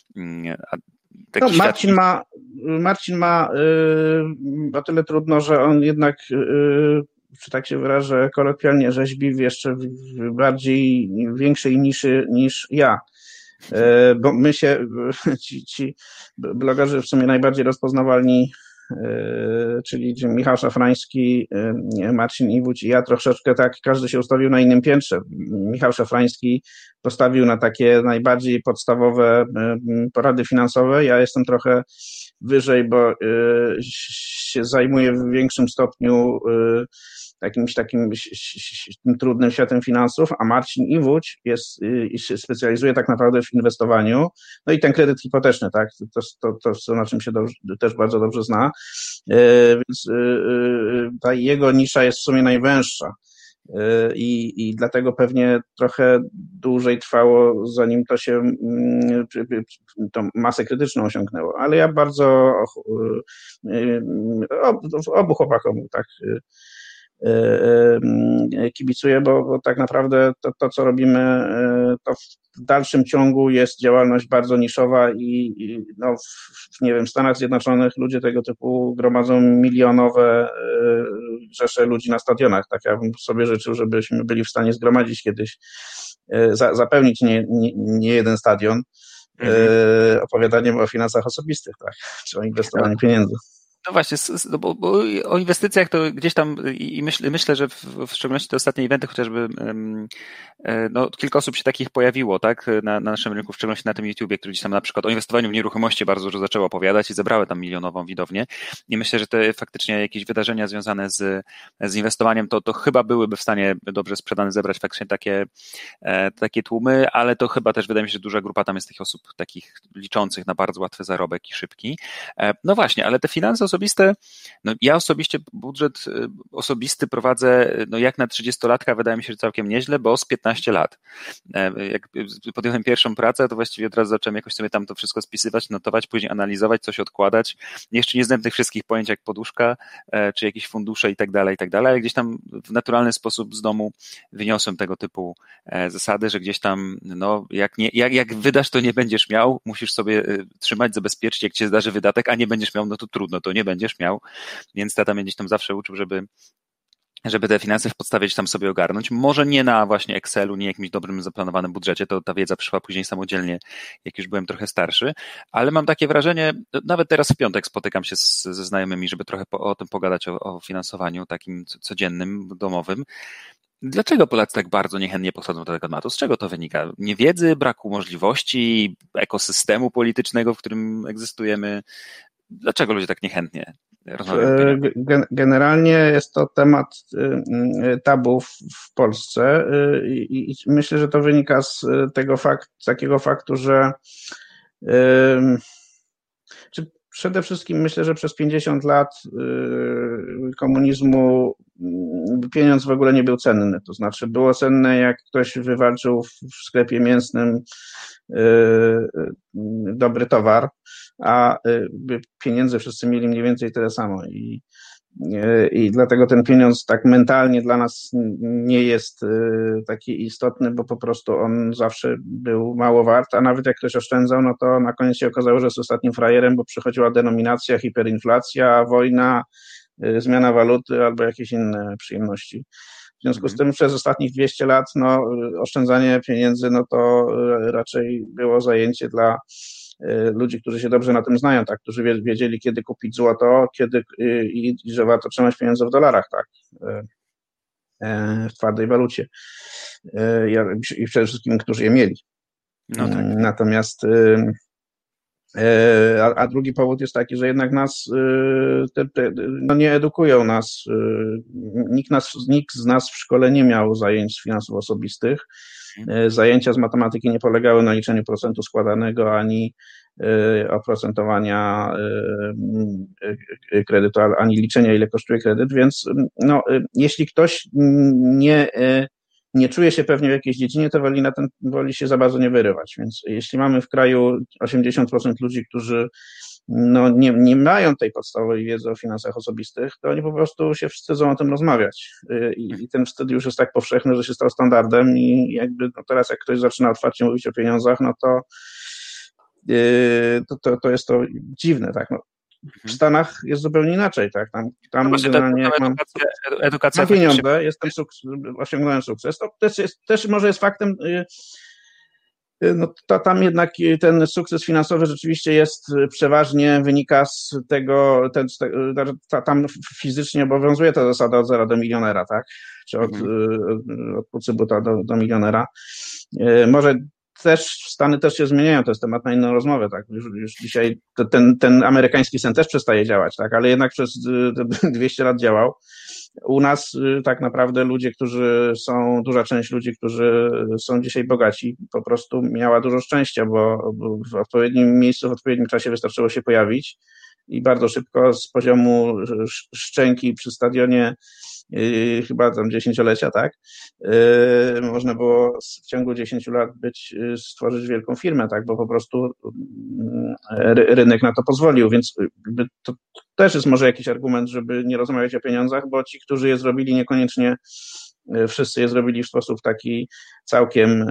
Marcin ma o tyle trudno, że on jednak, czy tak się wyrażę kolokwialnie, rzeźbi w jeszcze bardziej większej niszy niż ja. Bo my się, ci blogerzy w sumie najbardziej rozpoznawalni, czyli Michał Szafrański, Marcin Iwódź i ja troszeczkę tak, każdy się ustawił na innym piętrze. Michał Szafrański postawił na takie najbardziej podstawowe porady finansowe, ja jestem trochę wyżej, bo się zajmuję w większym stopniu jakimś takim trudnym światem finansów, a Marcin Iwódź się specjalizuje tak naprawdę w inwestowaniu. No i ten kredyt hipoteczny, tak, to na czym się też bardzo dobrze zna, więc ta jego nisza jest w sumie najwęższa. I dlatego pewnie trochę dłużej trwało, zanim to się tą masę krytyczną osiągnęło. Ale ja bardzo obu chłopakom tak kibicuję, bo tak naprawdę to, co robimy, to w dalszym ciągu jest działalność bardzo niszowa i no, nie wiem, w Stanach Zjednoczonych ludzie tego typu gromadzą milionowe rzesze ludzi na stadionach. Tak ja bym sobie życzył, żebyśmy byli w stanie zgromadzić kiedyś, zapełnić nie jeden stadion opowiadaniem o finansach osobistych, tak, czy o inwestowaniu pieniędzy. No właśnie, bo o inwestycjach to gdzieś tam i myślę, że w szczególności te ostatnie eventy chociażby no, kilka osób się takich pojawiło, tak, na naszym rynku, w szczególności na tym YouTubie, który gdzieś tam na przykład o inwestowaniu w nieruchomości bardzo dużo zaczęło opowiadać i zebrały tam milionową widownię. I myślę, że te faktycznie jakieś wydarzenia związane z inwestowaniem to chyba byłyby w stanie dobrze sprzedane zebrać faktycznie takie tłumy, ale to chyba też wydaje mi się, że duża grupa tam jest tych osób takich liczących na bardzo łatwy zarobek i szybki. No właśnie, ale te finanse osobiste, no ja osobiście budżet osobisty prowadzę, no jak na 30-latka wydaje mi się, że całkiem nieźle, bo z 15 lat. Jak podjąłem pierwszą pracę, to właściwie od razu zacząłem jakoś sobie tam to wszystko spisywać, notować, później analizować, coś odkładać. Jeszcze nie znam tych wszystkich pojęć jak poduszka, czy jakieś fundusze i tak dalej, ale gdzieś tam w naturalny sposób z domu wyniosłem tego typu zasady, że gdzieś tam, no jak wydasz, to nie będziesz miał, musisz sobie trzymać, zabezpieczyć, jak cię zdarzy wydatek, a nie będziesz miał, no to trudno, to nie będziesz miał, więc tata mnie gdzieś tam zawsze uczył, żeby te finanse w podstawie gdzieś tam sobie ogarnąć. Może nie na właśnie Excelu, nie jakimś dobrym zaplanowanym budżecie, to ta wiedza przyszła później samodzielnie, jak już byłem trochę starszy, ale mam takie wrażenie, nawet teraz w piątek spotykam się ze znajomymi, żeby trochę o tym pogadać, o finansowaniu takim codziennym, domowym. Dlaczego Polacy tak bardzo niechętnie podchodzą do tego tematu? Z czego to wynika? Niewiedzy, braku możliwości, ekosystemu politycznego, w którym egzystujemy? Dlaczego ludzie tak niechętnie rozmawiają? Generalnie jest to temat tabu w Polsce i myślę, że to wynika z takiego faktu, że przede wszystkim myślę, że przez 50 lat komunizmu pieniądz w ogóle nie był cenny. To znaczy było cenne, jak ktoś wywalczył w sklepie mięsnym dobry towar, a pieniędzy wszyscy mieli mniej więcej tyle samo i dlatego ten pieniądz tak mentalnie dla nas nie jest taki istotny, bo po prostu on zawsze był mało wart, a nawet jak ktoś oszczędzał, no to na koniec się okazało, że jest ostatnim frajerem, bo przychodziła denominacja, hiperinflacja, wojna, zmiana waluty albo jakieś inne przyjemności. W związku z tym przez ostatnich 200 lat oszczędzanie pieniędzy to raczej było zajęcie dla ludzi, którzy się dobrze na tym znają, tak, którzy wiedzieli, kiedy kupić złoto, i że warto trzymać pieniądze w dolarach, tak, w twardej walucie i przede wszystkim, którzy je mieli. No tak. Natomiast a drugi powód jest taki, że jednak nas nie edukują nas, nikt z nas w szkole nie miał zajęć z finansów osobistych. Zajęcia z matematyki nie polegały na liczeniu procentu składanego ani oprocentowania kredytu, ani liczenia, ile kosztuje kredyt, więc jeśli ktoś nie czuje się pewnie w jakiejś dziedzinie, to woli się za bardzo nie wyrywać. Więc jeśli mamy w kraju 80% ludzi, którzy nie mają tej podstawowej wiedzy o finansach osobistych, to oni po prostu się wstydzą o tym rozmawiać. I ten wstyd już jest tak powszechny, że się stał standardem i jakby teraz jak ktoś zaczyna otwarcie mówić o pieniądzach, to jest to dziwne, tak. W Stanach jest zupełnie inaczej, tak? Tam generalnie jak edukacja mam pieniądze, osiągnąłem sukces, to też może jest faktem, tam jednak ten sukces finansowy rzeczywiście przeważnie wynika z tego, tam fizycznie obowiązuje ta zasada od zera do milionera, tak? Czy od pucybuta do milionera. Może Stany też się zmieniają, to jest temat na inną rozmowę, tak? Już dzisiaj ten amerykański sen też przestaje działać, tak? Ale jednak przez 200 lat działał. U nas tak naprawdę duża część ludzi, którzy są dzisiaj bogaci, po prostu miała dużo szczęścia, bo w odpowiednim miejscu, w odpowiednim czasie wystarczyło się pojawić i bardzo szybko z poziomu szczęki przy stadionie chyba tam 10-lecia, tak? Można było w ciągu 10 lat stworzyć wielką firmę, tak? Bo po prostu rynek na to pozwolił, więc to też jest może jakiś argument, żeby nie rozmawiać o pieniądzach, bo ci, którzy je zrobili, niekoniecznie wszyscy je zrobili w sposób taki całkiem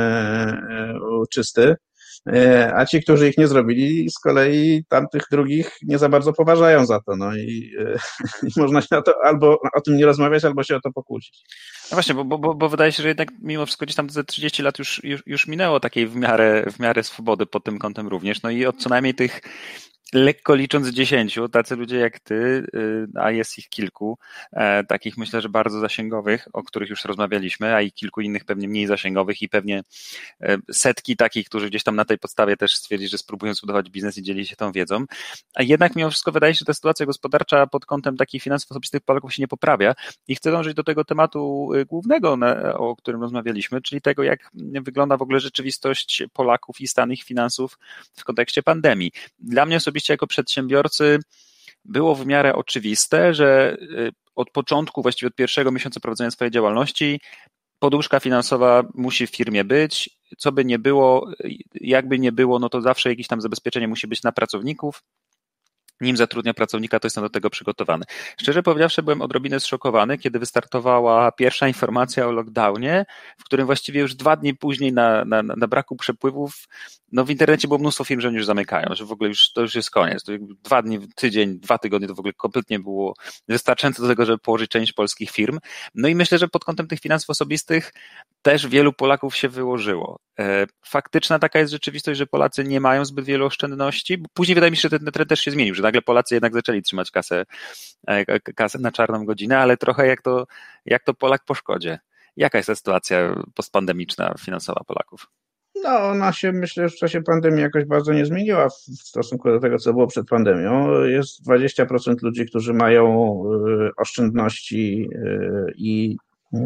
czysty, a ci, którzy ich nie zrobili, z kolei tamtych drugich nie za bardzo poważają za to. I można się albo o tym nie rozmawiać, albo się o to pokłócić. No właśnie, bo wydaje się, że jednak mimo wszystko gdzieś tam te 30 lat już minęło takiej w miarę swobody pod tym kątem również. I od co najmniej tych lekko licząc 10, tacy ludzie jak ty, a jest ich kilku, takich myślę, że bardzo zasięgowych, o których już rozmawialiśmy, a i kilku innych pewnie mniej zasięgowych i pewnie setki takich, którzy gdzieś tam na tej podstawie też stwierdzili, że spróbują zbudować biznes i dzieli się tą wiedzą. A jednak mimo wszystko wydaje się, że ta sytuacja gospodarcza pod kątem takich finansów osobistych Polaków się nie poprawia i chcę dążyć do tego tematu głównego, o którym rozmawialiśmy, czyli tego, jak wygląda w ogóle rzeczywistość Polaków i stan ich finansów w kontekście pandemii. Dla mnie osobiście jako przedsiębiorcy było w miarę oczywiste, że od początku, właściwie od pierwszego miesiąca prowadzenia swojej działalności, poduszka finansowa musi w firmie być, co by nie było, jakby nie było, to zawsze jakieś tam zabezpieczenie musi być na pracowników. Nim zatrudnia pracownika, to jestem do tego przygotowany. Szczerze powiedziawszy, byłem odrobinę zszokowany, kiedy wystartowała pierwsza informacja o lockdownie, w którym właściwie już 2 dni później na braku przepływów, w internecie było mnóstwo firm, że oni już zamykają, że w ogóle to już jest koniec. To 2 dni, tydzień, 2 tygodnie to w ogóle kompletnie było wystarczające do tego, żeby położyć część polskich firm. I myślę, że pod kątem tych finansów osobistych też wielu Polaków się wyłożyło. Faktyczna taka jest rzeczywistość, że Polacy nie mają zbyt wielu oszczędności, bo później wydaje mi się, że ten trend też się zmienił, że nagle Polacy jednak zaczęli trzymać kasę na czarną godzinę, ale trochę jak to Polak po szkodzie. Jaka jest ta sytuacja postpandemiczna finansowa Polaków? Ona się, myślę, w czasie pandemii jakoś bardzo nie zmieniła w stosunku do tego, co było przed pandemią. Jest 20% ludzi, którzy mają oszczędności i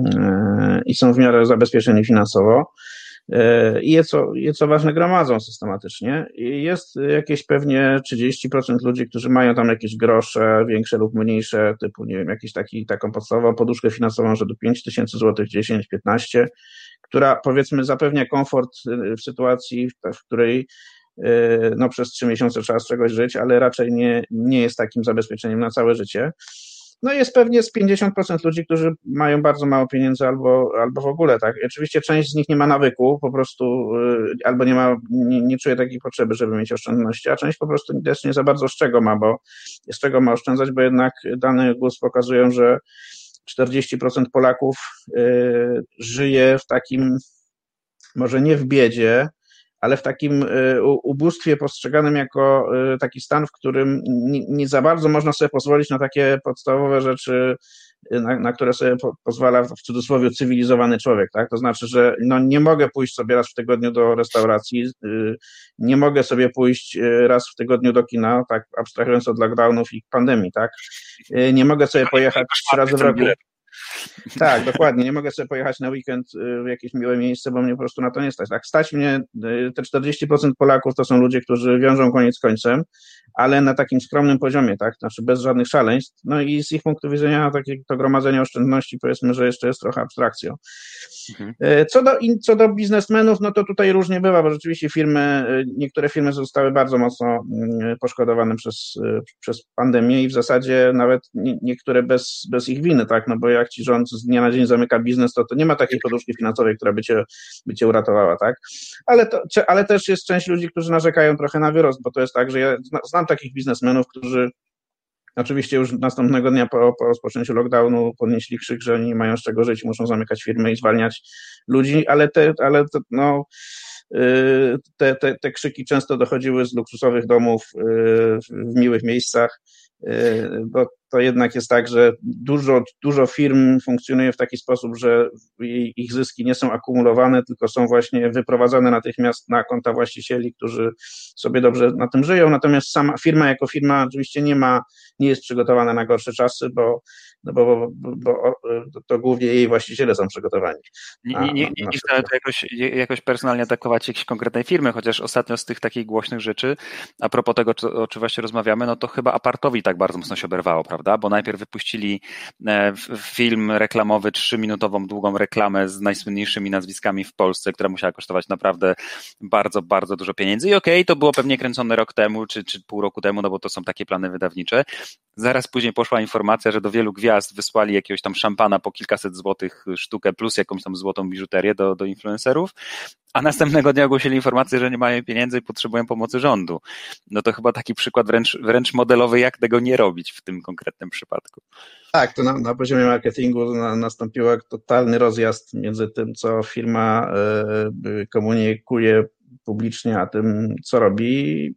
są w miarę zabezpieczeni finansowo. I je co ważne gromadzą systematycznie. I jest jakieś pewnie 30% ludzi, którzy mają tam jakieś grosze, większe lub mniejsze, typu, nie wiem, taką podstawową poduszkę finansową, że do 5 000 zł, 10, 15, która powiedzmy zapewnia komfort w sytuacji, w której no przez 3 miesiące trzeba z czegoś żyć, ale raczej nie jest takim zabezpieczeniem na całe życie. No jest pewnie z 50% ludzi, którzy mają bardzo mało pieniędzy albo w ogóle, tak. I oczywiście część z nich nie ma nawyku, po prostu albo nie czuje takiej potrzeby, żeby mieć oszczędności, a część po prostu też nie za bardzo z czego ma oszczędzać, bo jednak dane GUS pokazują, że 40% Polaków żyje w takim, może nie w biedzie, ale w takim ubóstwie postrzeganym jako taki stan, w którym nie za bardzo można sobie pozwolić na takie podstawowe rzeczy, na które sobie pozwala w cudzysłowie cywilizowany człowiek, tak? To znaczy, że no nie mogę pójść sobie raz w tygodniu do restauracji, nie mogę sobie pójść raz w tygodniu do kina, tak abstrahując od lockdownów i pandemii, tak? Nie mogę sobie pojechać 3 razy w roku. Tak, dokładnie. Nie mogę sobie pojechać na weekend w jakieś miłe miejsce, bo mnie po prostu na to nie stać. Tak, stać mnie, te 40% Polaków to są ludzie, którzy wiążą koniec z końcem, ale na takim skromnym poziomie, tak, znaczy bez żadnych szaleństw. No i z ich punktu widzenia to gromadzenie oszczędności, powiedzmy, że jeszcze jest trochę abstrakcją. Co do biznesmenów, no to tutaj różnie bywa, bo rzeczywiście niektóre firmy zostały bardzo mocno poszkodowane przez pandemię i w zasadzie nawet niektóre bez ich winy, tak, no bo jak ci rząd z dnia na dzień zamyka biznes, to nie ma takiej poduszki finansowej, która by cię uratowała, tak, ale też jest część ludzi, którzy narzekają trochę na wyrost, bo to jest tak, że ja znam takich biznesmenów, którzy oczywiście już następnego dnia po rozpoczęciu lockdownu podnieśli krzyk, że oni nie mają z czego żyć, muszą zamykać firmy i zwalniać ludzi, te krzyki często dochodziły z luksusowych domów w miłych miejscach, bo to jednak jest tak, że dużo firm funkcjonuje w taki sposób, że ich zyski nie są akumulowane, tylko są właśnie wyprowadzane natychmiast na konta właścicieli, którzy sobie dobrze na tym żyją, natomiast sama firma jako firma oczywiście nie jest przygotowana na gorsze czasy, bo to głównie jej właściciele są przygotowani. Nie chcę jakoś personalnie atakować jakiejś konkretnej firmy, chociaż ostatnio z tych takich głośnych rzeczy, a propos tego, o czym właśnie rozmawiamy, no to chyba Apartowi tak bardzo mocno się oberwało, prawda? Bo najpierw wypuścili film reklamowy, 3-minutową długą reklamę z najsłynniejszymi nazwiskami w Polsce, która musiała kosztować naprawdę bardzo, bardzo dużo pieniędzy. I okej, to było pewnie kręcone rok temu, czy pół roku temu, no bo to są takie plany wydawnicze. Zaraz później poszła informacja, że do wielu gwiazd wysłali jakiegoś tam szampana po kilkaset złotych sztukę plus jakąś tam złotą biżuterię do influencerów, a następnego dnia ogłosili informację, że nie mają pieniędzy i potrzebują pomocy rządu. No to chyba taki przykład wręcz modelowy, jak tego nie robić w tym konkretnym przypadku. Tak, to na poziomie marketingu nastąpił totalny rozjazd między tym, co firma komunikuje publicznie, a tym, co robi.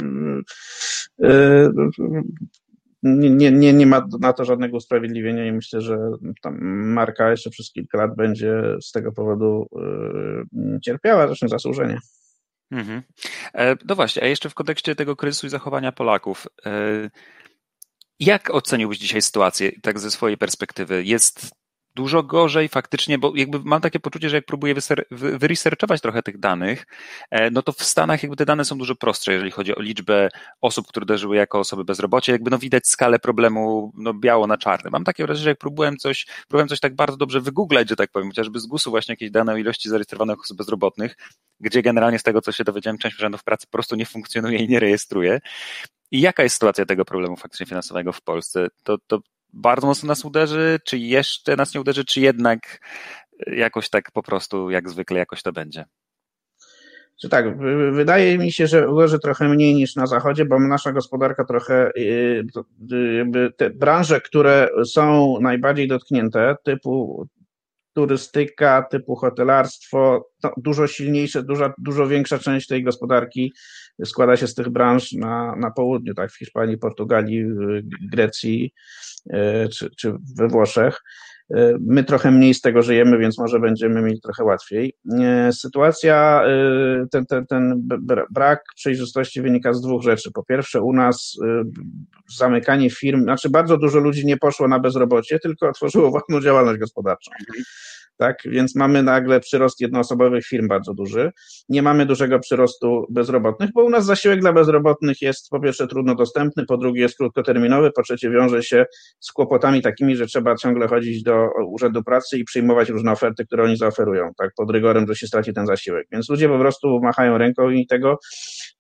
Nie ma na to żadnego usprawiedliwienia i myślę, że tam marka jeszcze przez kilka lat będzie z tego powodu cierpiała, zresztą zasłużenie. Mhm. No właśnie, a jeszcze w kontekście tego kryzysu i zachowania Polaków, jak oceniłbyś dzisiaj sytuację tak ze swojej perspektywy? Jest dużo gorzej faktycznie, bo jakby mam takie poczucie, że jak próbuję wyresearchować trochę tych danych, no to w Stanach jakby te dane są dużo prostsze, jeżeli chodzi o liczbę osób, które dożyły jako osoby bezrobocie, jakby no widać skalę problemu no biało na czarnym. Mam takie wrażenie, że jak próbowałem coś tak bardzo dobrze wygooglać, że tak powiem, chociażby z GUS-u właśnie jakieś dane o ilości zarejestrowanych osób bezrobotnych, gdzie generalnie z tego, co się dowiedziałem, część urzędów pracy po prostu nie funkcjonuje i nie rejestruje. I jaka jest sytuacja tego problemu faktycznie finansowego w Polsce? To bardzo mocno nas uderzy, czy jeszcze nas nie uderzy, czy jednak jakoś tak po prostu jak zwykle jakoś to będzie? Czy tak, wydaje mi się, że uderzy trochę mniej niż na zachodzie, bo nasza gospodarka trochę, te branże, które są najbardziej dotknięte, typu turystyka, typu hotelarstwo, no, dużo silniejsze, dużo większa część tej gospodarki składa się z tych branż na południu, tak, w Hiszpanii, Portugalii, Grecji czy we Włoszech. My trochę mniej z tego żyjemy, więc może będziemy mieli trochę łatwiej. Sytuacja, ten brak przejrzystości wynika z dwóch rzeczy. Po pierwsze, u nas zamykanie firm, znaczy bardzo dużo ludzi nie poszło na bezrobocie, tylko otworzyło własną działalność gospodarczą. Tak, więc mamy nagle przyrost jednoosobowych firm bardzo duży. Nie mamy dużego przyrostu bezrobotnych, bo u nas zasiłek dla bezrobotnych jest po pierwsze trudno dostępny, po drugie jest krótkoterminowy, po trzecie wiąże się z kłopotami takimi, że trzeba ciągle chodzić do urzędu pracy i przyjmować różne oferty, które oni zaoferują, tak, pod rygorem, że się straci ten zasiłek. Więc ludzie po prostu machają ręką i tego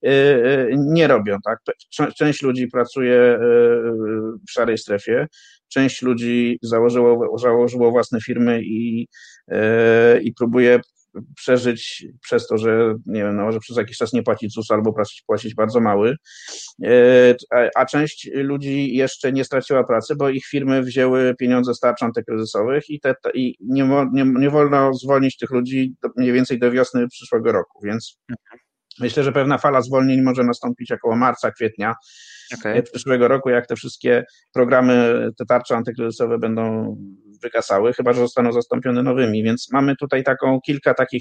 nie robią, tak? Część ludzi pracuje w szarej strefie, część ludzi założyło własne firmy i próbuje przeżyć przez to, że nie wiem, może przez jakiś czas nie płacić ZUS albo płacić bardzo mały, a część ludzi jeszcze nie straciła pracy, bo ich firmy wzięły pieniądze z tarcz antykryzysowych i nie wolno zwolnić tych ludzi mniej więcej do wiosny przyszłego roku, więc myślę, że pewna fala zwolnień może nastąpić około marca, kwietnia przyszłego roku, jak te wszystkie programy, te tarcze antykryzysowe będą wygasały, chyba że zostaną zastąpione nowymi, więc mamy tutaj kilka takich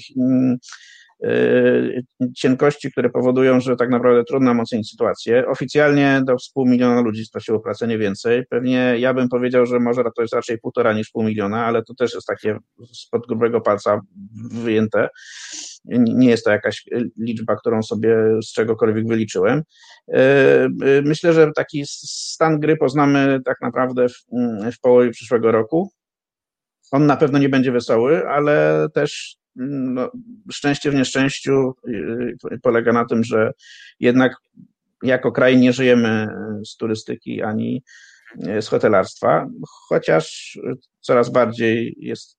cienkości, które powodują, że tak naprawdę trudno nam ocenić sytuację. Oficjalnie do 500 000 ludzi straciło pracę, nie więcej. Pewnie ja bym powiedział, że może to jest raczej 1,5 niż 500 000, ale to też jest takie spod grubego palca wyjęte. Nie jest to jakaś liczba, którą sobie z czegokolwiek wyliczyłem. Myślę, że taki stan gry poznamy tak naprawdę w połowie przyszłego roku. On na pewno nie będzie wesoły, ale też szczęście w nieszczęściu polega na tym, że jednak jako kraj nie żyjemy z turystyki ani z hotelarstwa, chociaż coraz bardziej jest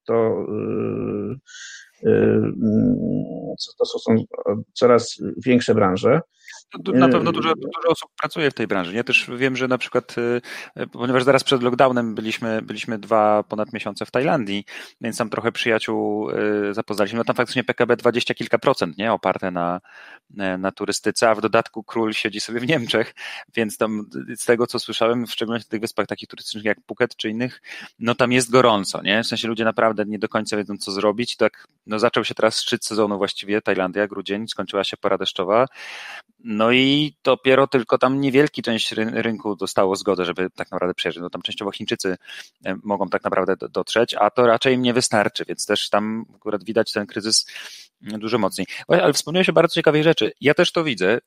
to są coraz większe branże. Na pewno dużo osób pracuje w tej branży. Ja też wiem, że na przykład, ponieważ zaraz przed lockdownem byliśmy ponad 2 miesiące w Tajlandii, więc tam trochę przyjaciół zapoznaliśmy. No tam faktycznie PKB 20 kilka procent, nie? Oparte na turystyce, a w dodatku król siedzi sobie w Niemczech, więc tam z tego, co słyszałem, w szczególności w tych wyspach takich turystycznych jak Phuket czy innych, no tam jest gorąco, nie? W sensie ludzie naprawdę nie do końca wiedzą, co zrobić. Tak, no zaczął się teraz szczyt sezonu właściwie, Tajlandia, grudzień, skończyła się pora deszczowa. No i dopiero tylko tam niewielki część rynku dostało zgodę, żeby tak naprawdę przyjeżdżać. No tam częściowo Chińczycy mogą tak naprawdę dotrzeć, a to raczej im nie wystarczy, więc też tam akurat widać ten kryzys dużo mocniej. Ale wspomniałeś o bardzo ciekawej rzeczy. Ja też to widzę.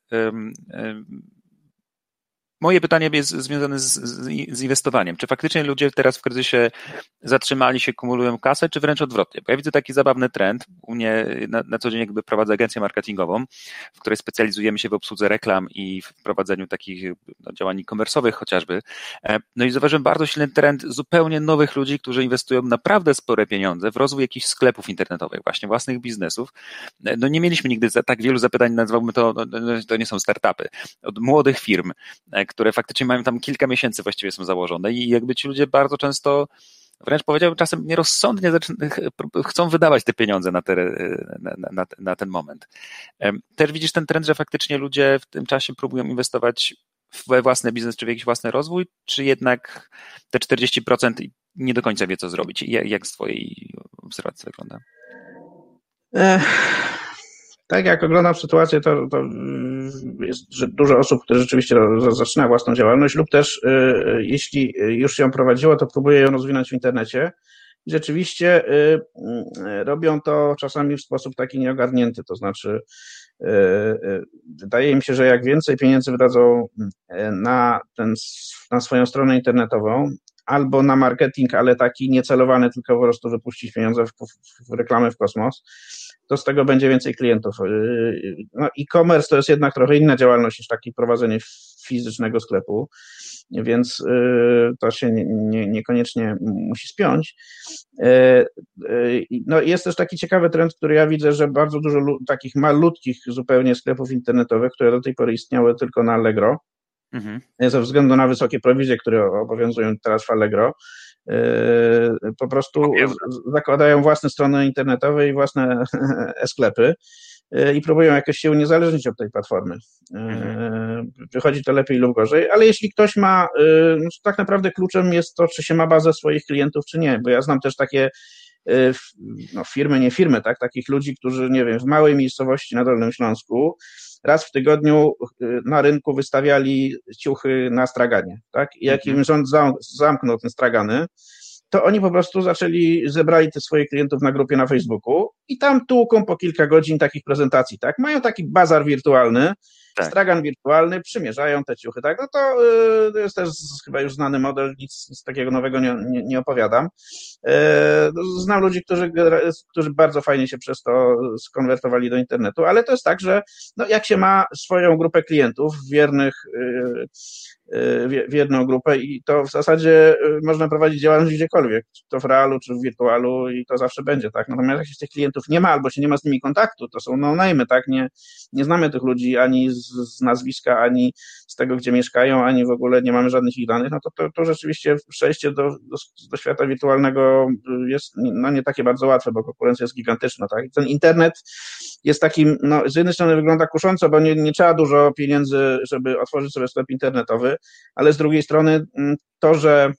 Moje pytanie jest związane z inwestowaniem. Czy faktycznie ludzie teraz w kryzysie zatrzymali się, kumulują kasę, czy wręcz odwrotnie? Bo ja widzę taki zabawny trend. U mnie na co dzień jakby prowadzę agencję marketingową, w której specjalizujemy się w obsłudze reklam i w prowadzeniu takich działań e-commerce'owych chociażby. No i zauważyłem bardzo silny trend zupełnie nowych ludzi, którzy inwestują naprawdę spore pieniądze w rozwój jakichś sklepów internetowych, właśnie własnych biznesów. No nie mieliśmy nigdy tak wielu zapytań, nazwałbym to nie są startupy, od młodych firm, które faktycznie mają tam kilka miesięcy właściwie są założone i jakby ci ludzie bardzo często, wręcz powiedziałbym czasem nierozsądnie chcą wydawać te pieniądze na ten moment. Też widzisz ten trend, że faktycznie ludzie w tym czasie próbują inwestować we własny biznes czy w jakiś własny rozwój, czy jednak te 40% nie do końca wie, co zrobić? Jak z twojej obserwacji wygląda? Tak jak oglądam sytuację, to jest dużo osób, które rzeczywiście zaczyna własną działalność lub też jeśli już ją prowadziło, to próbuje ją rozwinąć w internecie. I rzeczywiście robią to czasami w sposób taki nieogarnięty, to znaczy wydaje mi się, że jak więcej pieniędzy wydadzą na swoją stronę internetową, albo na marketing, ale taki niecelowany, tylko po prostu wypuścić pieniądze w reklamę w kosmos, to z tego będzie więcej klientów. No, e-commerce to jest jednak trochę inna działalność niż takie prowadzenie fizycznego sklepu, więc to się niekoniecznie musi spiąć. No, jest też taki ciekawy trend, który ja widzę, że bardzo dużo takich malutkich zupełnie sklepów internetowych, które do tej pory istniały tylko na Allegro, ze względu na wysokie prowizje, które obowiązują teraz w Allegro, po prostu zakładają własne strony internetowe i własne sklepy i próbują jakoś się uniezależnić od tej platformy. Wychodzi to lepiej lub gorzej, ale jeśli ktoś ma, tak naprawdę kluczem jest to, czy się ma bazę swoich klientów, czy nie, bo ja znam też takie firmy, nie firmy, tak, takich ludzi, którzy, nie wiem, w małej miejscowości na Dolnym Śląsku raz w tygodniu na rynku wystawiali ciuchy na straganie, tak? I jak im rząd zamknął te stragany, to oni po prostu zebrali te swoich klientów na grupie na Facebooku i tam tłuką po kilka godzin takich prezentacji, tak? Mają taki bazar wirtualny stragan wirtualny, przymierzają te ciuchy, tak? No to jest też chyba już znany model, nic takiego nowego nie opowiadam. Znam ludzi, którzy bardzo fajnie się przez to skonwertowali do internetu, ale to jest tak, że no jak się ma swoją grupę klientów wierną grupę i to w zasadzie można prowadzić działalność gdziekolwiek, czy to w realu, czy w wirtualu i to zawsze będzie, tak? Natomiast jak się tych klientów nie ma albo się nie ma z nimi kontaktu, to są no-name'y, tak? Nie znamy tych ludzi ani z nazwiska, ani z tego, gdzie mieszkają, ani w ogóle nie mamy żadnych ich danych, no to rzeczywiście przejście do świata wirtualnego jest no nie takie bardzo łatwe, bo konkurencja jest gigantyczna, tak? I ten internet jest takim, no z jednej strony wygląda kusząco, bo nie trzeba dużo pieniędzy, żeby otworzyć sobie sklep internetowy, ale z drugiej strony to, że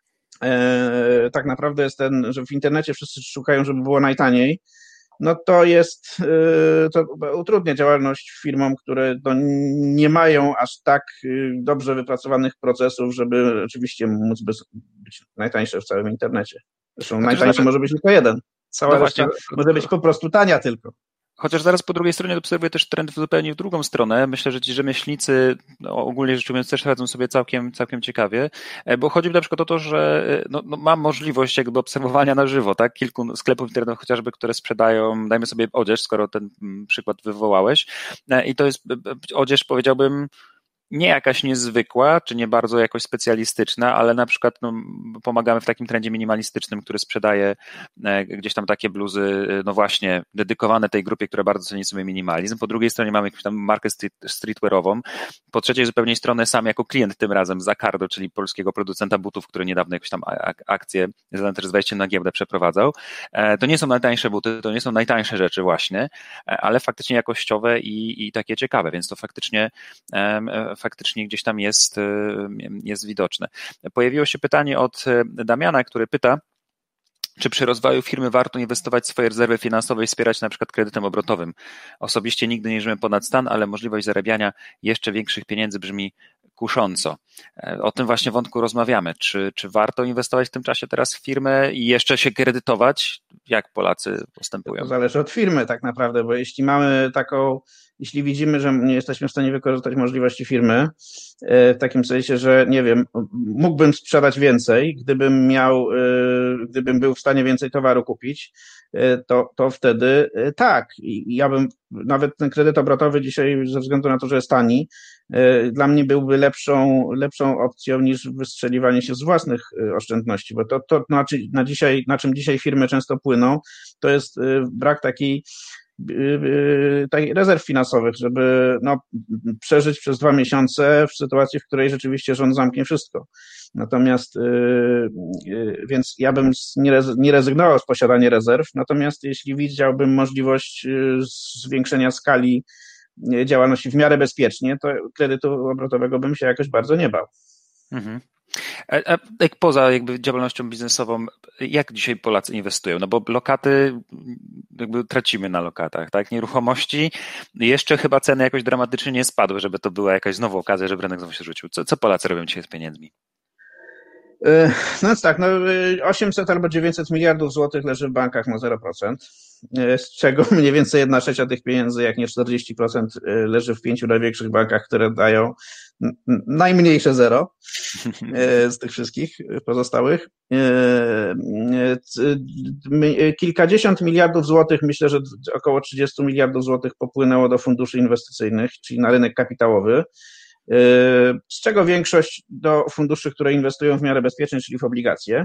tak naprawdę jest że w internecie wszyscy szukają, żeby było najtaniej, no to to utrudnia działalność firmom, które nie mają aż tak dobrze wypracowanych procesów, żeby oczywiście móc być najtańsze w całym internecie. Zresztą najtańszy może być tylko jeden. Cała reszta może być po prostu tania tylko. Chociaż zaraz po drugiej stronie obserwuję też trend zupełnie w drugą stronę. Myślę, że ci rzemieślnicy ogólnie rzecz ujmując też radzą sobie całkiem ciekawie, bo chodzi mi na przykład o to, że mam możliwość jakby obserwowania na żywo, tak? Kilku sklepów internetowych chociażby, które sprzedają, dajmy sobie odzież, skoro ten przykład wywołałeś, i to jest odzież, powiedziałbym, nie jakaś niezwykła, czy nie bardzo jakoś specjalistyczna, ale na przykład pomagamy w takim trendzie minimalistycznym, który sprzedaje gdzieś tam takie bluzy, no właśnie, dedykowane tej grupie, która bardzo ceni sobie minimalizm. Po drugiej stronie mamy jakąś tam markę streetwearową. Po trzeciej zupełnie stronę sam jako klient tym razem Zaccardo, czyli polskiego producenta butów, który niedawno jakąś tam akcję związane też z wejściem na giełdę przeprowadzał. To nie są najtańsze buty, to nie są najtańsze rzeczy właśnie, ale faktycznie jakościowe i takie ciekawe, więc to faktycznie gdzieś tam jest widoczne. Pojawiło się pytanie od Damiana, który pyta, czy przy rozwoju firmy warto inwestować w swoje rezerwy finansowe i wspierać na przykład kredytem obrotowym? Osobiście nigdy nie żyłem ponad stan, ale możliwość zarabiania jeszcze większych pieniędzy brzmi kusząco. O tym właśnie wątku rozmawiamy. Czy warto inwestować w tym czasie teraz w firmę i jeszcze się kredytować? Jak Polacy postępują? To zależy od firmy tak naprawdę, bo jeśli widzimy, że nie jesteśmy w stanie wykorzystać możliwości firmy, w takim sensie, że nie wiem, mógłbym sprzedać więcej, gdybym był w stanie więcej towaru kupić, to wtedy tak. I ja bym nawet ten kredyt obrotowy dzisiaj, ze względu na to, że jest tani, dla mnie byłby lepszą opcją niż wystrzeliwanie się z własnych oszczędności, bo to na czym dzisiaj firmy często płyną, to jest brak takich rezerw finansowych, żeby przeżyć przez 2 miesiące w sytuacji, w której rzeczywiście rząd zamknie wszystko. Natomiast, więc ja bym nie rezygnował z posiadania rezerw, natomiast jeśli widziałbym możliwość zwiększenia skali działalności w miarę bezpiecznie, to kredytu obrotowego bym się jakoś bardzo nie bał. Mhm. A jak poza jakby działalnością biznesową, jak dzisiaj Polacy inwestują? No bo lokaty, jakby tracimy na lokatach, tak? Nieruchomości, jeszcze chyba ceny jakoś dramatycznie nie spadły, żeby to była jakaś znowu okazja, żeby rynek znowu się rzucił. Co Polacy robią dzisiaj z pieniędzmi? No więc tak, 800 albo 900 miliardów złotych leży w bankach na 0%, z czego mniej więcej 1/3 tych pieniędzy, jak nie 40% leży w 5 największych bankach, które dają najmniejsze zero z tych wszystkich pozostałych. Kilkadziesiąt miliardów złotych, myślę, że około 30 miliardów złotych popłynęło do funduszy inwestycyjnych, czyli na rynek kapitałowy, z czego większość do funduszy, które inwestują w miarę bezpiecznie, czyli w obligacje.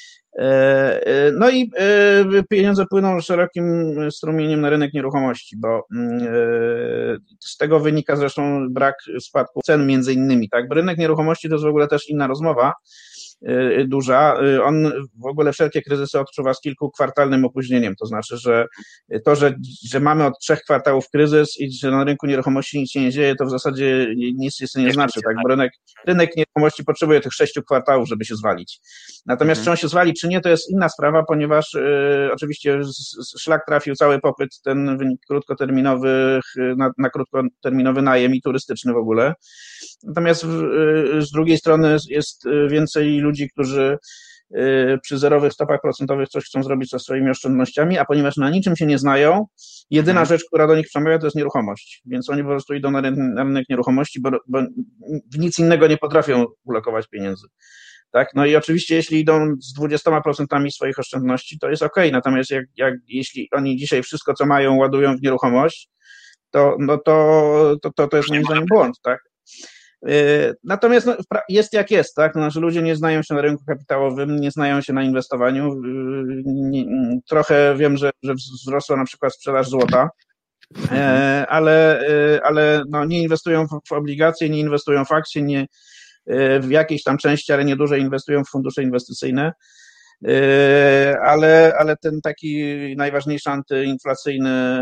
No i pieniądze płyną szerokim strumieniem na rynek nieruchomości, bo z tego wynika zresztą brak spadku cen między innymi, tak? Bo rynek nieruchomości to jest w ogóle też inna rozmowa, duża. On w ogóle wszelkie kryzysy odczuwa z kilkukwartalnym opóźnieniem, to znaczy, że że mamy od 3 kwartałów kryzys i że na rynku nieruchomości nic się nie dzieje, to w zasadzie nic nie znaczy, tak? Bo rynek nieruchomości potrzebuje tych 6 kwartałów, żeby się zwalić. Natomiast czy on się zwali, czy nie, to jest inna sprawa, ponieważ oczywiście szlak trafił cały popyt ten krótkoterminowy, na krótkoterminowy najem i turystyczny w ogóle. Natomiast z drugiej strony jest więcej ludzi, którzy przy zerowych stopach procentowych coś chcą zrobić ze swoimi oszczędnościami, a ponieważ na niczym się nie znają, jedyna rzecz, która do nich przemawia, to jest nieruchomość, więc oni po prostu idą na rynek nieruchomości, bo w nic innego nie potrafią ulokować pieniędzy. Tak? No i oczywiście jeśli idą z 20% swoich oszczędności, to jest okej, natomiast jeśli oni dzisiaj wszystko, co mają, ładują w nieruchomość, to jest moim zdaniem błąd, tak? Natomiast jest jak jest, tak? No, znaczy ludzie nie znają się na rynku kapitałowym, nie znają się na inwestowaniu. Trochę wiem, że wzrosła na przykład sprzedaż złota, ale no, nie inwestują w obligacje, nie inwestują w akcje, nie w jakiejś tam części, ale nieduże inwestują w fundusze inwestycyjne. Ale ten taki najważniejszy antyinflacyjny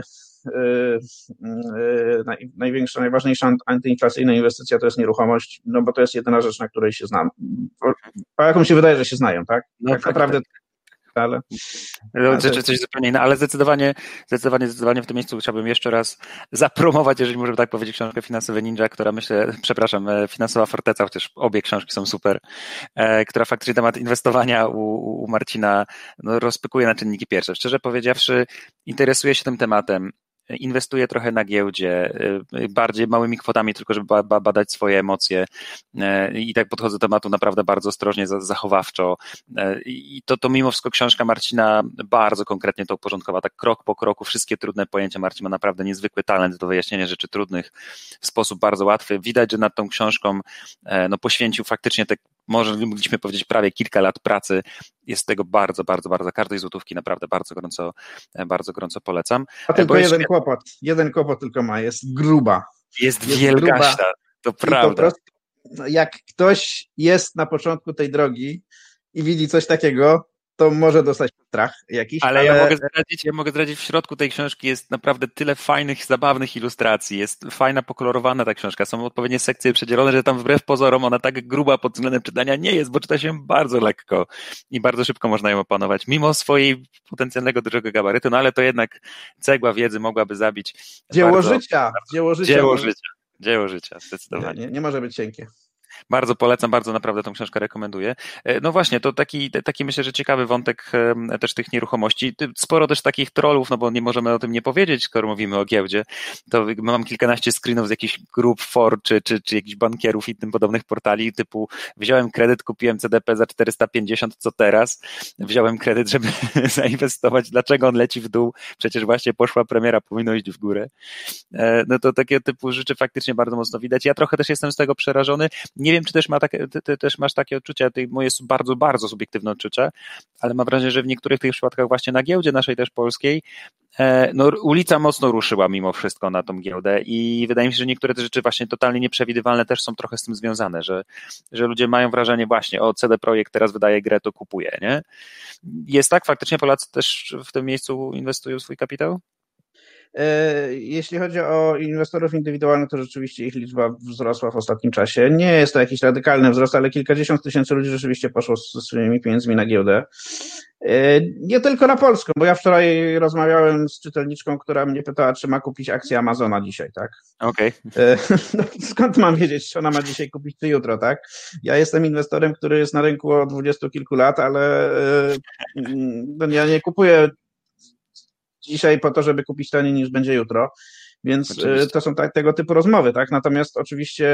najważniejsza antyinflacyjna inwestycja to jest nieruchomość, no bo to jest jedyna rzecz, na której się znam. Po jaką się wydaje, że się znają, tak? No tak naprawdę. Ale coś zupełnie innego, ale zdecydowanie w tym miejscu chciałbym jeszcze raz zapromować, jeżeli możemy tak powiedzieć, książkę Finansowy Ninja, która Finansowa Forteca, chociaż obie książki są super, która faktycznie temat inwestowania u Marcina rozpykuje na czynniki pierwsze. Szczerze powiedziawszy, interesuję się tym tematem. Inwestuję trochę na giełdzie, bardziej małymi kwotami, tylko żeby badać swoje emocje i tak podchodzę do tematu naprawdę bardzo ostrożnie, zachowawczo i to mimo wszystko książka Marcina bardzo konkretnie to uporządkowa, tak krok po kroku, wszystkie trudne pojęcia. Marcin ma naprawdę niezwykły talent do wyjaśnienia rzeczy trudnych w sposób bardzo łatwy. Widać, że nad tą książką poświęcił faktycznie mogliśmy powiedzieć prawie kilka lat pracy. Jest tego bardzo, bardzo, bardzo. Każdej złotówki naprawdę bardzo gorąco polecam. A tylko jeden kłopot tylko ma, jest gruba. Jest wielgaśna, to prawda. Po prostu, jak ktoś jest na początku tej drogi i widzi coś takiego, to może dostać strach jakiś. Ale ja mogę zdradzić, w środku tej książki jest naprawdę tyle fajnych, zabawnych ilustracji, jest fajna, pokolorowana ta książka, są odpowiednie sekcje przedzielone, że tam wbrew pozorom ona tak gruba pod względem czytania nie jest, bo czyta się bardzo lekko i bardzo szybko można ją opanować, mimo swojej potencjalnego dużego gabarytu, no ale to jednak cegła wiedzy mogłaby zabić. Dzieło życia, zdecydowanie. Nie może być cienkie. Bardzo polecam, bardzo naprawdę tą książkę rekomenduję. No właśnie, to taki myślę, że ciekawy wątek też tych nieruchomości. Sporo też takich trollów, no bo nie możemy o tym nie powiedzieć, skoro mówimy o giełdzie. To mam kilkanaście screenów z jakichś grup for, czy jakichś bankierów i tym podobnych portali, typu wziąłem kredyt, kupiłem CDP za 450, co teraz? Wziąłem kredyt, żeby zainwestować. Dlaczego on leci w dół? Przecież właśnie poszła premiera, powinno iść w górę. No to takie typu rzeczy faktycznie bardzo mocno widać. Ja trochę też jestem z tego przerażony. Nie wiem, czy ty też masz takie odczucia, moje są bardzo, bardzo subiektywne odczucia, ale mam wrażenie, że w niektórych tych przypadkach właśnie na giełdzie naszej też polskiej, no ulica mocno ruszyła mimo wszystko na tą giełdę i wydaje mi się, że niektóre te rzeczy właśnie totalnie nieprzewidywalne też są trochę z tym związane, że ludzie mają wrażenie właśnie, CD Projekt teraz wydaje grę, to kupuje, nie? Jest tak? Faktycznie Polacy też w tym miejscu inwestują swój kapitał? Jeśli chodzi o inwestorów indywidualnych, to rzeczywiście ich liczba wzrosła w ostatnim czasie. Nie jest to jakiś radykalny wzrost, ale kilkadziesiąt tysięcy ludzi rzeczywiście poszło ze swoimi pieniędzmi na giełdę. Nie tylko na polską, bo ja wczoraj rozmawiałem z czytelniczką, która mnie pytała, czy ma kupić akcję Amazona dzisiaj, tak? Okej. No, skąd mam wiedzieć, czy ona ma dzisiaj kupić, czy jutro, tak? Ja jestem inwestorem, który jest na rynku od 20 kilku lat, ale ja nie kupuję dzisiaj po to, żeby kupić taniej niż będzie jutro, więc oczywiście. To są tego typu rozmowy, tak? Natomiast oczywiście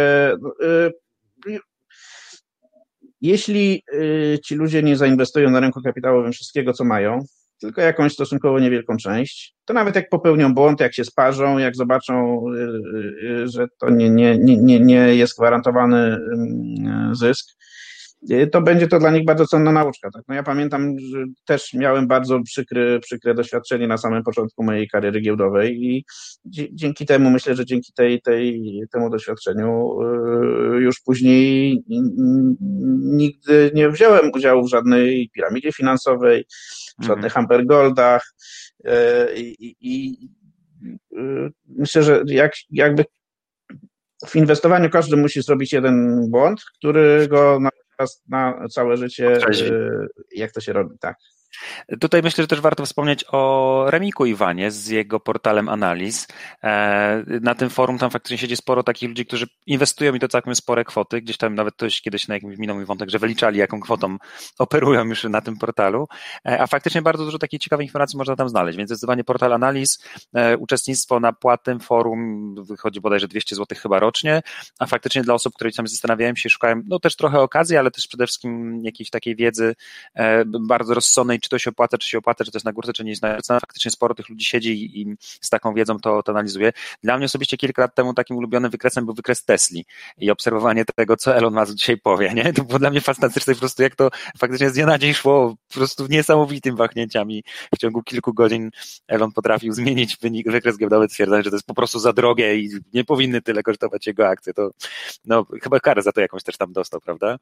jeśli ci ludzie nie zainwestują na rynku kapitałowym wszystkiego, co mają, tylko jakąś stosunkowo niewielką część, to nawet jak popełnią błąd, jak się sparzą, jak zobaczą, że to nie jest gwarantowany zysk, to będzie to dla nich bardzo cenna nauczka. Tak? No ja pamiętam, że też miałem bardzo przykre doświadczenie na samym początku mojej kariery giełdowej i dzięki temu, myślę, że dzięki temu doświadczeniu już później nigdy nie wziąłem udziału w żadnej piramidzie finansowej, w żadnych Amber Goldach i myślę, że jakby w inwestowaniu każdy musi zrobić jeden błąd, który go na całe życie, jak to się robi, tak. Tutaj myślę, że też warto wspomnieć o Remiku Iwanie z jego portalem analiz. Na tym forum tam faktycznie siedzi sporo takich ludzi, którzy inwestują i to całkiem spore kwoty. Gdzieś tam nawet ktoś kiedyś na jakimś minął mi wątek, że wyliczali, jaką kwotą operują już na tym portalu. A faktycznie bardzo dużo takich ciekawych informacji można tam znaleźć, więc zdecydowanie portal analiz, uczestnictwo na płatnym forum wychodzi bodajże 200 zł chyba rocznie, a faktycznie dla osób, które tam zastanawiają się, szukają też trochę okazji, ale też przede wszystkim jakiejś takiej wiedzy bardzo rozsądnej, czy to się opłaca, czy to jest na górce, czy nie jest na górce. Faktycznie sporo tych ludzi siedzi i z taką wiedzą to analizuje. Dla mnie osobiście kilka lat temu takim ulubionym wykresem był wykres Tesli i obserwowanie tego, co Elon Musk dzisiaj powie, nie? To było dla mnie fantastyczne po prostu, jak to faktycznie z dnia na dzień szło, po prostu niesamowitym wahnięciami. W ciągu kilku godzin Elon potrafił zmienić wykres giełdowy, twierdząc, że to jest po prostu za drogie i nie powinny tyle kosztować jego akcje. To chyba karę za to jakąś też tam dostał, prawda?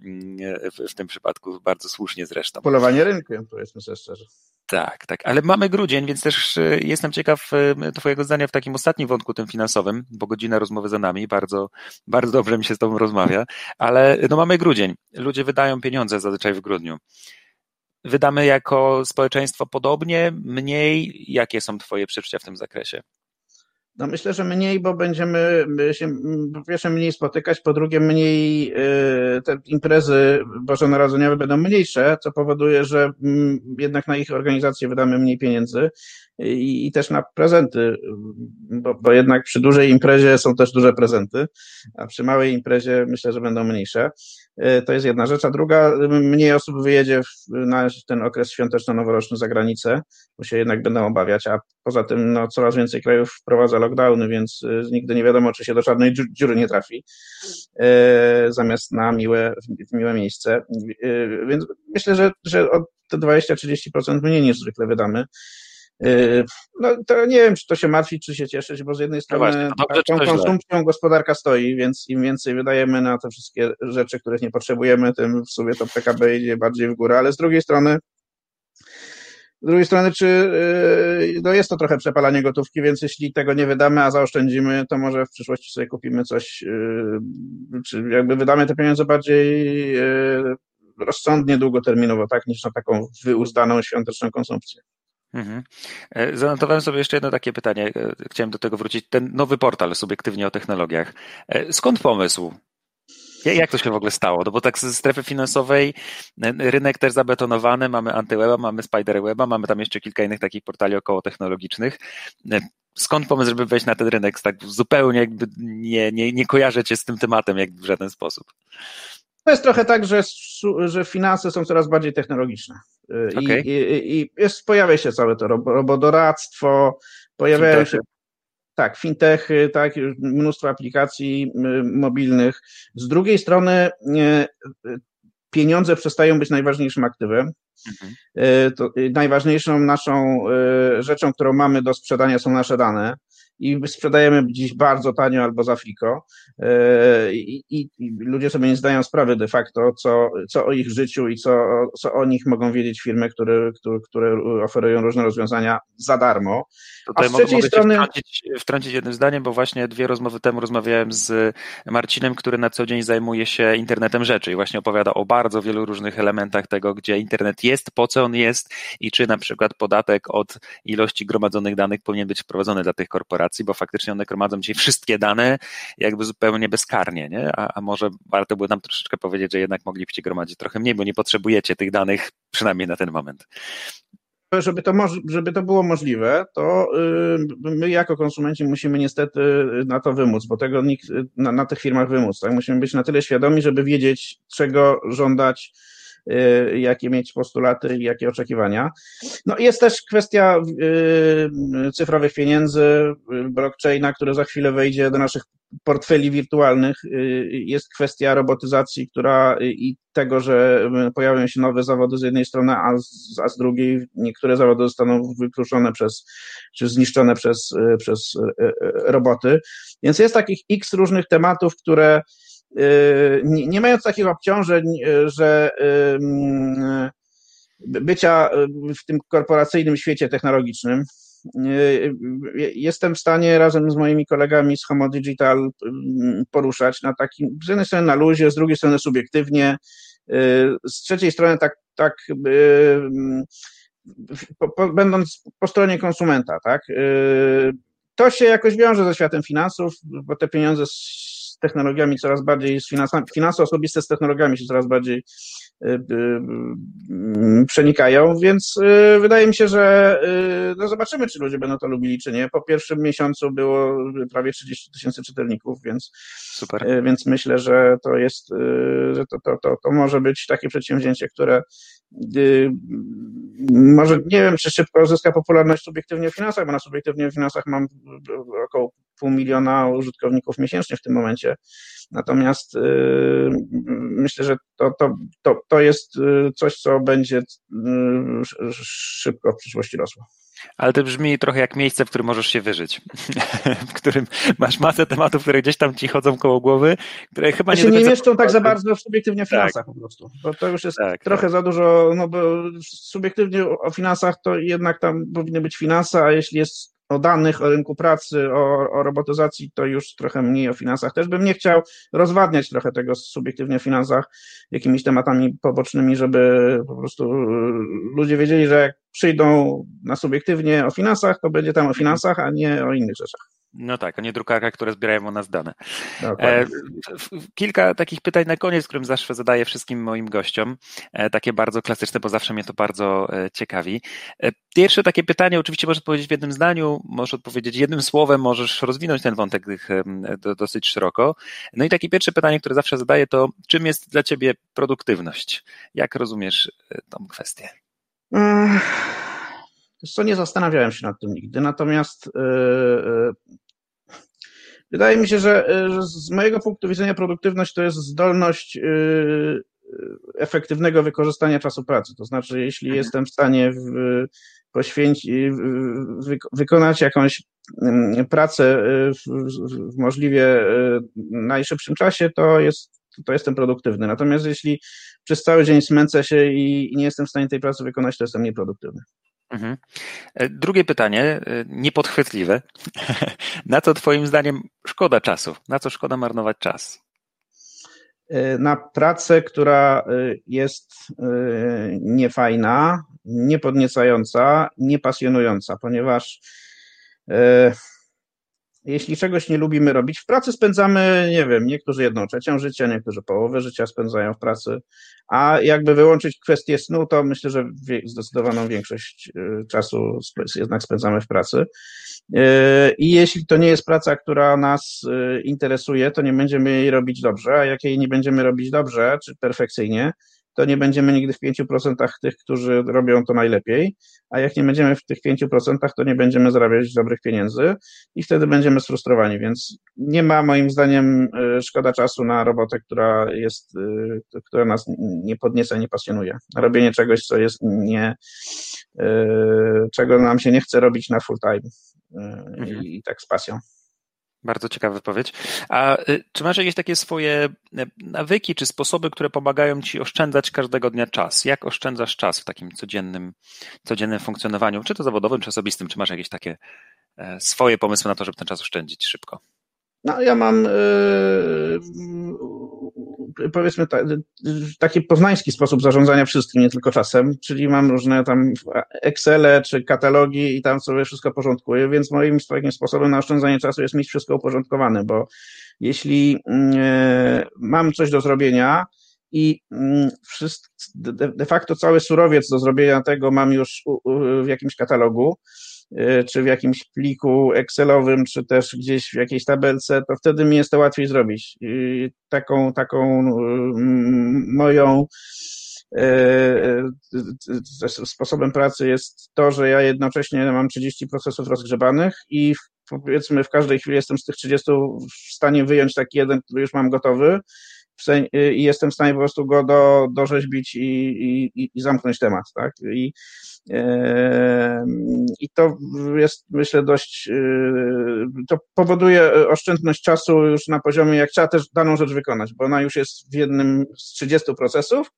W tym przypadku bardzo słusznie zresztą. Polowanie rynkiem, powiedzmy sobie szczerze. Tak, ale mamy grudzień, więc też jestem ciekaw twojego zdania w takim ostatnim wątku, tym finansowym, bo godzina rozmowy za nami, bardzo, bardzo dobrze mi się z tobą rozmawia, ale mamy grudzień. Ludzie wydają pieniądze zazwyczaj w grudniu. Wydamy jako społeczeństwo podobnie, mniej? Jakie są twoje przeczucia w tym zakresie? No myślę, że mniej, bo będziemy się po pierwsze mniej spotykać, po drugie mniej te imprezy bożonarodzeniowe będą mniejsze, co powoduje, że jednak na ich organizację wydamy mniej pieniędzy i też na prezenty, bo jednak przy dużej imprezie są też duże prezenty, a przy małej imprezie myślę, że będą mniejsze. To jest jedna rzecz, a druga, mniej osób wyjedzie na ten okres świąteczno-noworoczny za granicę, bo się jednak będą obawiać, a poza tym coraz więcej krajów wprowadza lockdowny, więc nigdy nie wiadomo, czy się do żadnej dziury nie trafi, zamiast na w miłe miejsce. Więc myślę, że o te 20-30% mniej niż zwykle wydamy. To nie wiem, czy to się martwić, czy się cieszyć, bo z jednej strony tą konsumpcją gospodarka stoi, więc im więcej wydajemy na te wszystkie rzeczy, których nie potrzebujemy, tym w sumie to PKB idzie bardziej w górę, ale z drugiej strony jest to trochę przepalanie gotówki, więc jeśli tego nie wydamy, a zaoszczędzimy, to może w przyszłości sobie kupimy coś, czy jakby wydamy te pieniądze bardziej rozsądnie, długoterminowo, tak, niż na taką wyuzdaną świąteczną konsumpcję. Mhm. Zanotowałem sobie jeszcze jedno takie pytanie, chciałem do tego wrócić. Ten nowy portal Subiektywnie o technologiach. Skąd pomysł? Jak to się w ogóle stało? No bo tak ze strefy finansowej rynek też zabetonowany, mamy Antyweba, mamy Spiderweba, mamy tam jeszcze kilka innych takich portali około technologicznych. Skąd pomysł, żeby wejść na ten rynek? Tak zupełnie jakby nie kojarzę cię z tym tematem jak w żaden sposób. To jest trochę tak, że finanse są coraz bardziej technologiczne. Okay. I pojawia się całe to robodoradztwo, pojawiają się fintechy, tak, mnóstwo aplikacji mobilnych. Z drugiej strony pieniądze przestają być najważniejszym aktywem. To najważniejszą naszą rzeczą, którą mamy do sprzedania, są nasze dane. I sprzedajemy dziś bardzo tanio albo za friko i ludzie sobie nie zdają sprawy de facto, co o ich życiu i co o nich mogą wiedzieć firmy, które oferują różne rozwiązania za darmo. Tutaj a z trzeciej strony wtrącić jednym zdaniem, bo właśnie 2 rozmowy temu rozmawiałem z Marcinem, który na co dzień zajmuje się internetem rzeczy i właśnie opowiada o bardzo wielu różnych elementach tego, gdzie internet jest, po co on jest i czy na przykład podatek od ilości gromadzonych danych powinien być wprowadzony dla tych korporacji, bo faktycznie one gromadzą dzisiaj wszystkie dane jakby zupełnie bezkarnie, nie? A może warto było nam troszeczkę powiedzieć, że jednak moglibyście gromadzić trochę mniej, bo nie potrzebujecie tych danych, przynajmniej na ten moment. Żeby to było możliwe, to my jako konsumenci musimy niestety na to wymóc, bo tego nikt na tych firmach wymóc. Tak? Musimy być na tyle świadomi, żeby wiedzieć, czego żądać, jakie mieć postulaty i jakie oczekiwania. No jest też kwestia cyfrowych pieniędzy, blockchaina, który za chwilę wejdzie do naszych portfeli wirtualnych. Jest kwestia robotyzacji, i tego, że pojawią się nowe zawody z jednej strony, a z drugiej niektóre zawody zostaną wykluczone czy zniszczone przez roboty. Więc jest takich x różnych tematów, które nie mając takich obciążeń, że bycia w tym korporacyjnym świecie technologicznym, jestem w stanie razem z moimi kolegami z Homo Digital poruszać na takim, z jednej strony na luzie, z drugiej strony subiektywnie, z trzeciej strony tak tak będąc po stronie konsumenta, tak? To się jakoś wiąże ze światem finansów, bo te pieniądze z technologiami coraz bardziej, finanse osobiste z technologiami się coraz bardziej przenikają, więc wydaje mi się, że no zobaczymy, czy ludzie będą to lubili, czy nie. Po pierwszym miesiącu było prawie 30 000 czytelników, więc, Super. Więc myślę, że to jest, że to może być takie przedsięwzięcie, które może nie wiem, czy szybko zyska popularność subiektywnie w finansach, bo na subiektywnie w finansach mam około 500 000 użytkowników miesięcznie w tym momencie. Natomiast myślę, że to jest coś, co będzie szybko w przyszłości rosło. Ale to brzmi trochę jak miejsce, w którym możesz się wyżyć, w którym masz masę tematów, które gdzieś tam ci chodzą koło głowy, które chyba nie mieszczą tak za bardzo subiektywnie w finansach po prostu, bo to już jest trochę za dużo, no bo subiektywnie o finansach to jednak tam powinny być finanse, a jeśli jest o danych, o rynku pracy, o robotyzacji, to już trochę mniej o finansach. Też bym nie chciał rozwadniać trochę tego subiektywnie w finansach jakimiś tematami pobocznymi, żeby po prostu ludzie wiedzieli, że jak przyjdą na subiektywnie o finansach, to będzie tam o finansach, a nie o innych rzeczach. No tak, a nie drukarkach, które zbierają o nas dane. Dokładnie. Kilka takich pytań na koniec, którym zawsze zadaję wszystkim moim gościom. Takie bardzo klasyczne, bo zawsze mnie to bardzo ciekawi. Pierwsze takie pytanie, oczywiście możesz odpowiedzieć w jednym zdaniu, możesz odpowiedzieć jednym słowem, możesz rozwinąć ten wątek dosyć szeroko. No i takie pierwsze pytanie, które zawsze zadaję, to czym jest dla ciebie produktywność? Jak rozumiesz tą kwestię? Co, nie zastanawiałem się nad tym nigdy, natomiast wydaje mi się, że z mojego punktu widzenia produktywność to jest zdolność efektywnego wykorzystania czasu pracy. To znaczy, jeśli jestem w stanie wykonać jakąś pracę w możliwie najszybszym czasie, to jestem produktywny. Natomiast jeśli przez cały dzień smęcę się i nie jestem w stanie tej pracy wykonać, to jestem nieproduktywny. Mhm. Drugie pytanie, niepodchwytliwe. Na co twoim zdaniem szkoda czasu? Na co szkoda marnować czas? Na pracę, która jest niefajna, niepodniecająca, niepasjonująca, ponieważ jeśli czegoś nie lubimy robić, w pracy spędzamy, nie wiem, niektórzy 1/3 życia, niektórzy połowę życia spędzają w pracy, a jakby wyłączyć kwestię snu, to myślę, że zdecydowaną większość czasu jednak spędzamy w pracy. I jeśli to nie jest praca, która nas interesuje, to nie będziemy jej robić dobrze, a jak jej nie będziemy robić dobrze, czy perfekcyjnie, to nie będziemy nigdy w 5% tych, którzy robią to najlepiej, a jak nie będziemy w tych 5%, to nie będziemy zarabiać dobrych pieniędzy i wtedy będziemy sfrustrowani, więc nie ma moim zdaniem szkoda czasu na robotę, która nas nie podnieca, nie pasjonuje. Robienie czegoś, co jest czego nam się nie chce robić na full time i tak z pasją. Bardzo ciekawa wypowiedź. A czy masz jakieś takie swoje nawyki czy sposoby, które pomagają ci oszczędzać każdego dnia czas? Jak oszczędzasz czas w takim codziennym funkcjonowaniu, czy to zawodowym, czy osobistym? Czy masz jakieś takie swoje pomysły na to, żeby ten czas oszczędzić szybko? No, ja mam powiedzmy taki poznański sposób zarządzania wszystkim, nie tylko czasem, czyli mam różne tam Excele czy katalogi i tam sobie wszystko porządkuję, więc moim takim sposobem na oszczędzanie czasu jest mieć wszystko uporządkowane, bo jeśli mam coś do zrobienia i de facto cały surowiec do zrobienia tego mam już w jakimś katalogu, czy w jakimś pliku Excelowym, czy też gdzieś w jakiejś tabelce, to wtedy mi jest to łatwiej zrobić. I taką moją sposobem pracy jest to, że ja jednocześnie mam 30 procesów rozgrzebanych i powiedzmy w każdej chwili jestem z tych 30 w stanie wyjąć taki jeden, który już mam gotowy i jestem w stanie po prostu go dorzeźbić i zamknąć temat, tak? I to jest, myślę, to powoduje oszczędność czasu już na poziomie, jak trzeba też daną rzecz wykonać, bo ona już jest w jednym z 30 procesów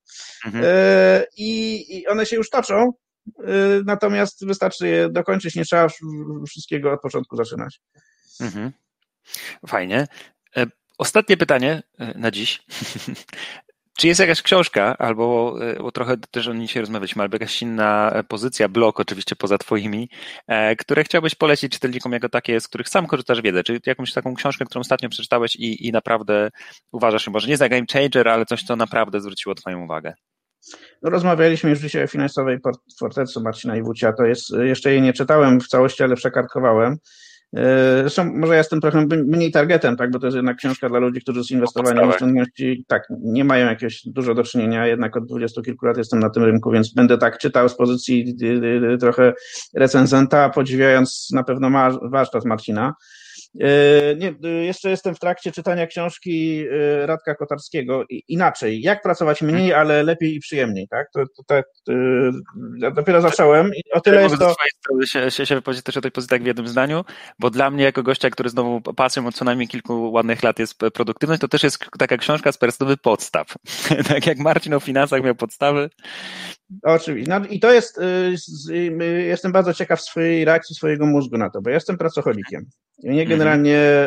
i one się już toczą, natomiast wystarczy je dokończyć, nie trzeba wszystkiego od początku zaczynać. Fajnie. Ostatnie pytanie na dziś. Czy jest jakaś książka, albo bo trochę też o niej dzisiaj rozmawialiśmy, albo jakaś inna pozycja, blog oczywiście poza twoimi, które chciałbyś polecić czytelnikom jako takie, z których sam korzystasz wiedzę? Czy jakąś taką książkę, którą ostatnio przeczytałeś i naprawdę uważasz, że może nie za game changer, ale coś, co naprawdę zwróciło twoją uwagę? No, rozmawialiśmy już dzisiaj o finansowej fortecy Marcina Iwucia. To jest, jeszcze jej nie czytałem w całości, ale przekartkowałem. Zresztą może ja jestem trochę mniej targetem, tak, bo to jest jednak książka dla ludzi, którzy z inwestowaniem oszczędności tak nie mają jakiegoś dużo do czynienia. Jednak od 20 kilku lat jestem na tym rynku, więc będę tak czytał z pozycji trochę recenzenta, podziwiając na pewno warsztat Marcina. Jeszcze jestem w trakcie czytania książki Radka Kotarskiego inaczej, jak pracować mniej, ale lepiej i przyjemniej, tak? Ja dopiero zacząłem i o tyle jest to... się wypowiedzieć też o tej pozycji tak w jednym zdaniu, bo dla mnie jako gościa, który znowu pasją od co najmniej kilku ładnych lat jest produktywność, to też jest taka książka z perspektywy podstaw. Tak jak Marcin o finansach miał podstawy. Oczywiście. No i to jest, jestem bardzo ciekaw swojej reakcji swojego mózgu na to, bo ja jestem pracocholikiem. I mnie generalnie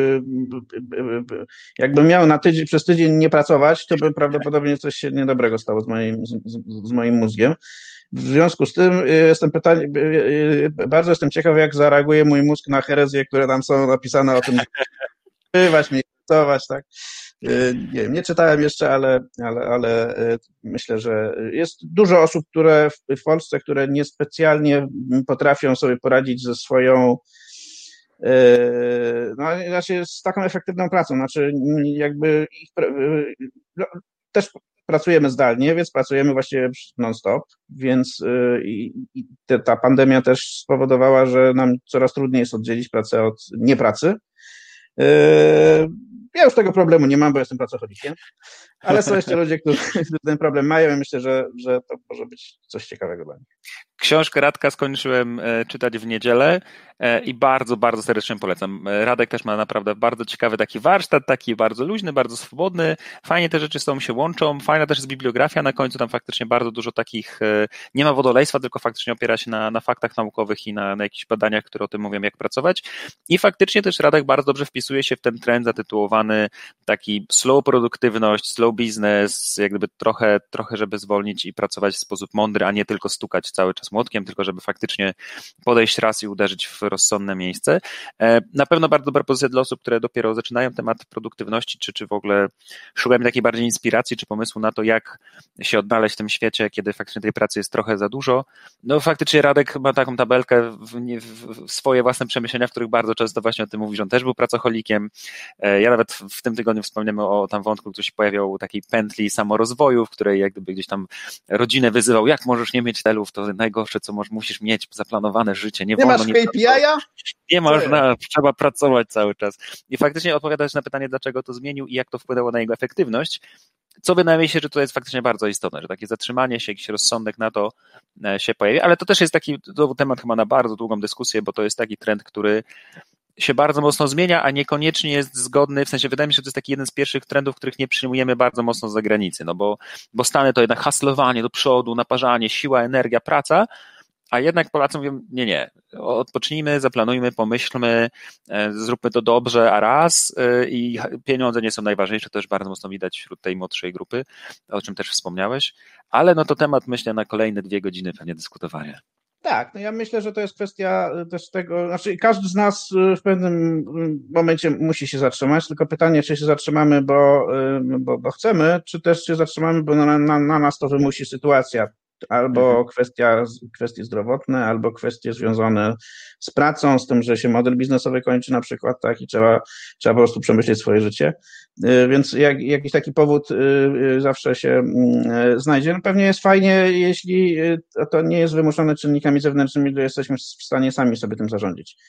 jakbym miał przez tydzień nie pracować, to by prawdopodobnie coś się niedobrego stało z moim mózgiem. W związku z tym bardzo jestem ciekaw, jak zareaguje mój mózg na herezje, które tam są napisane o tym, że pracować, tak? Nie wiem, nie czytałem jeszcze, ale myślę, że jest dużo osób, które w Polsce, które niespecjalnie potrafią sobie poradzić ze swoją znaczy z taką efektywną pracą, znaczy jakby też pracujemy zdalnie, więc pracujemy właściwie non-stop, więc ta pandemia też spowodowała, że nam coraz trudniej jest oddzielić pracę od niepracy. Ja już tego problemu nie mam, bo jestem pracocholikiem, ale są jeszcze ludzie, którzy ten problem mają i myślę, że to może być coś ciekawego dla nich. Książkę Radka skończyłem czytać w niedzielę i bardzo, bardzo serdecznie polecam. Radek też ma naprawdę bardzo ciekawy taki warsztat, taki bardzo luźny, bardzo swobodny. Fajnie te rzeczy z sobą się łączą. Fajna też jest bibliografia na końcu, tam faktycznie bardzo dużo takich, nie ma wodolejstwa, tylko faktycznie opiera się na faktach naukowych i na jakichś badaniach, które o tym mówią, jak pracować. I faktycznie też Radek bardzo dobrze wpisuje się w ten trend zatytułowany taki slow produktywność, slow business, jak gdyby trochę, żeby zwolnić i pracować w sposób mądry, a nie tylko stukać cały czas młotkiem, tylko żeby faktycznie podejść raz i uderzyć w rozsądne miejsce. Na pewno bardzo dobra pozycja dla osób, które dopiero zaczynają temat produktywności, czy w ogóle szukają takiej bardziej inspiracji, czy pomysłu na to, jak się odnaleźć w tym świecie, kiedy faktycznie tej pracy jest trochę za dużo. No faktycznie Radek ma taką tabelkę w swoje własne przemyślenia, w których bardzo często właśnie o tym mówi, że on też był pracocholikiem. Ja nawet w tym tygodniu wspomniałem o tam wątku, który się pojawiał takiej pętli samorozwoju, w której jak gdyby gdzieś tam rodzinę wyzywał, jak możesz nie mieć celów, to najgorsze, co musisz mieć zaplanowane życie. Nie wolno, masz KPI-a? Nie można, trzeba pracować cały czas. I faktycznie odpowiadać na pytanie, dlaczego to zmienił i jak to wpłynęło na jego efektywność, co wydaje mi się, że to jest faktycznie bardzo istotne, że takie zatrzymanie się, jakiś rozsądek na to się pojawi, ale to też jest taki temat chyba na bardzo długą dyskusję, bo to jest taki trend, który się bardzo mocno zmienia, a niekoniecznie jest zgodny, w sensie wydaje mi się, że to jest taki jeden z pierwszych trendów, których nie przyjmujemy bardzo mocno z zagranicy, no bo Stany to jednak haslowanie do przodu, naparzanie, siła, energia, praca, a jednak Polacy mówią, nie, odpocznijmy, zaplanujmy, pomyślmy, zróbmy to dobrze, a raz i pieniądze nie są najważniejsze, to też bardzo mocno widać wśród tej młodszej grupy, o czym też wspomniałeś, ale no to temat myślę na kolejne 2 godziny pewnie dyskutowania. Tak, no ja myślę, że to jest kwestia też tego, znaczy każdy z nas w pewnym momencie musi się zatrzymać, tylko pytanie, czy się zatrzymamy, bo chcemy, czy też się zatrzymamy, bo na nas to wymusi sytuacja. Albo kwestie zdrowotne, albo kwestie związane z pracą, z tym, że się model biznesowy kończy na przykład, tak, i trzeba po prostu przemyśleć swoje życie. Więc jakiś taki powód zawsze się znajdzie. No pewnie jest fajnie, jeśli to nie jest wymuszone czynnikami zewnętrznymi, to jesteśmy w stanie sami sobie tym zarządzić.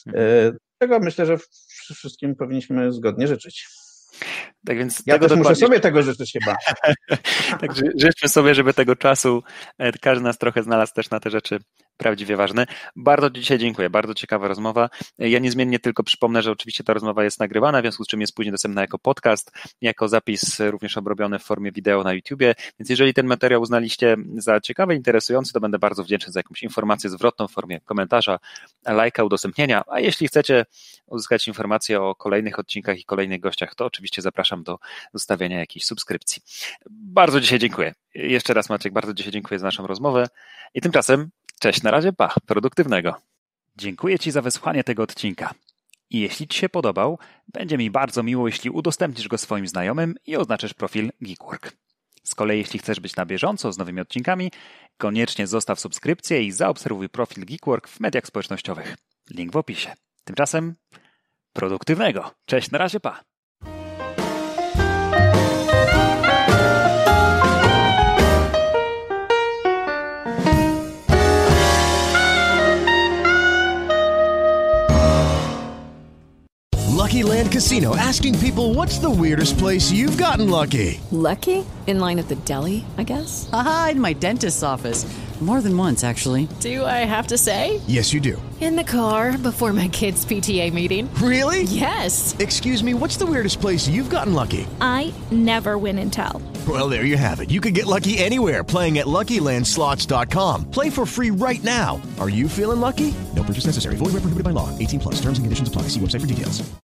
Tego myślę, że wszystkim powinniśmy zgodnie życzyć. Tak więc ja też muszę sobie tego życzyć chyba. Także życzmy sobie, żeby tego czasu każdy z nas trochę znalazł też na te rzeczy prawdziwie ważny. Bardzo Ci dzisiaj dziękuję, bardzo ciekawa rozmowa. Ja niezmiennie tylko przypomnę, że oczywiście ta rozmowa jest nagrywana, w związku z czym jest później dostępna jako podcast, jako zapis również obrobiony w formie wideo na YouTubie, więc jeżeli ten materiał uznaliście za ciekawy, interesujący, to będę bardzo wdzięczny za jakąś informację zwrotną w formie komentarza, lajka, udostępnienia, a jeśli chcecie uzyskać informacje o kolejnych odcinkach i kolejnych gościach, to oczywiście zapraszam do zostawienia jakiejś subskrypcji. Bardzo dzisiaj dziękuję. Jeszcze raz, Maciek, bardzo dzisiaj dziękuję za naszą rozmowę i tymczasem cześć, na razie, pa, produktywnego. Dziękuję Ci za wysłuchanie tego odcinka. I jeśli Ci się podobał, będzie mi bardzo miło, jeśli udostępnisz go swoim znajomym i oznaczysz profil Geekwork. Z kolei jeśli chcesz być na bieżąco z nowymi odcinkami, koniecznie zostaw subskrypcję i zaobserwuj profil Geekwork w mediach społecznościowych. Link w opisie. Tymczasem produktywnego. Cześć, na razie, pa. Lucky Land Casino, asking people, what's the weirdest place you've gotten lucky? Lucky? In line at the deli, I guess? Aha, in my dentist's office. More than once, actually. Do I have to say? Yes, you do. In the car before my kids' PTA meeting. Really? Yes. Excuse me, what's the weirdest place you've gotten lucky? I never win and tell. Well, there you have it. You can get lucky anywhere, playing at LuckyLandSlots.com. Play for free right now. Are you feeling lucky? No purchase necessary. Void where prohibited by law. 18+. Terms and conditions apply. See website for details.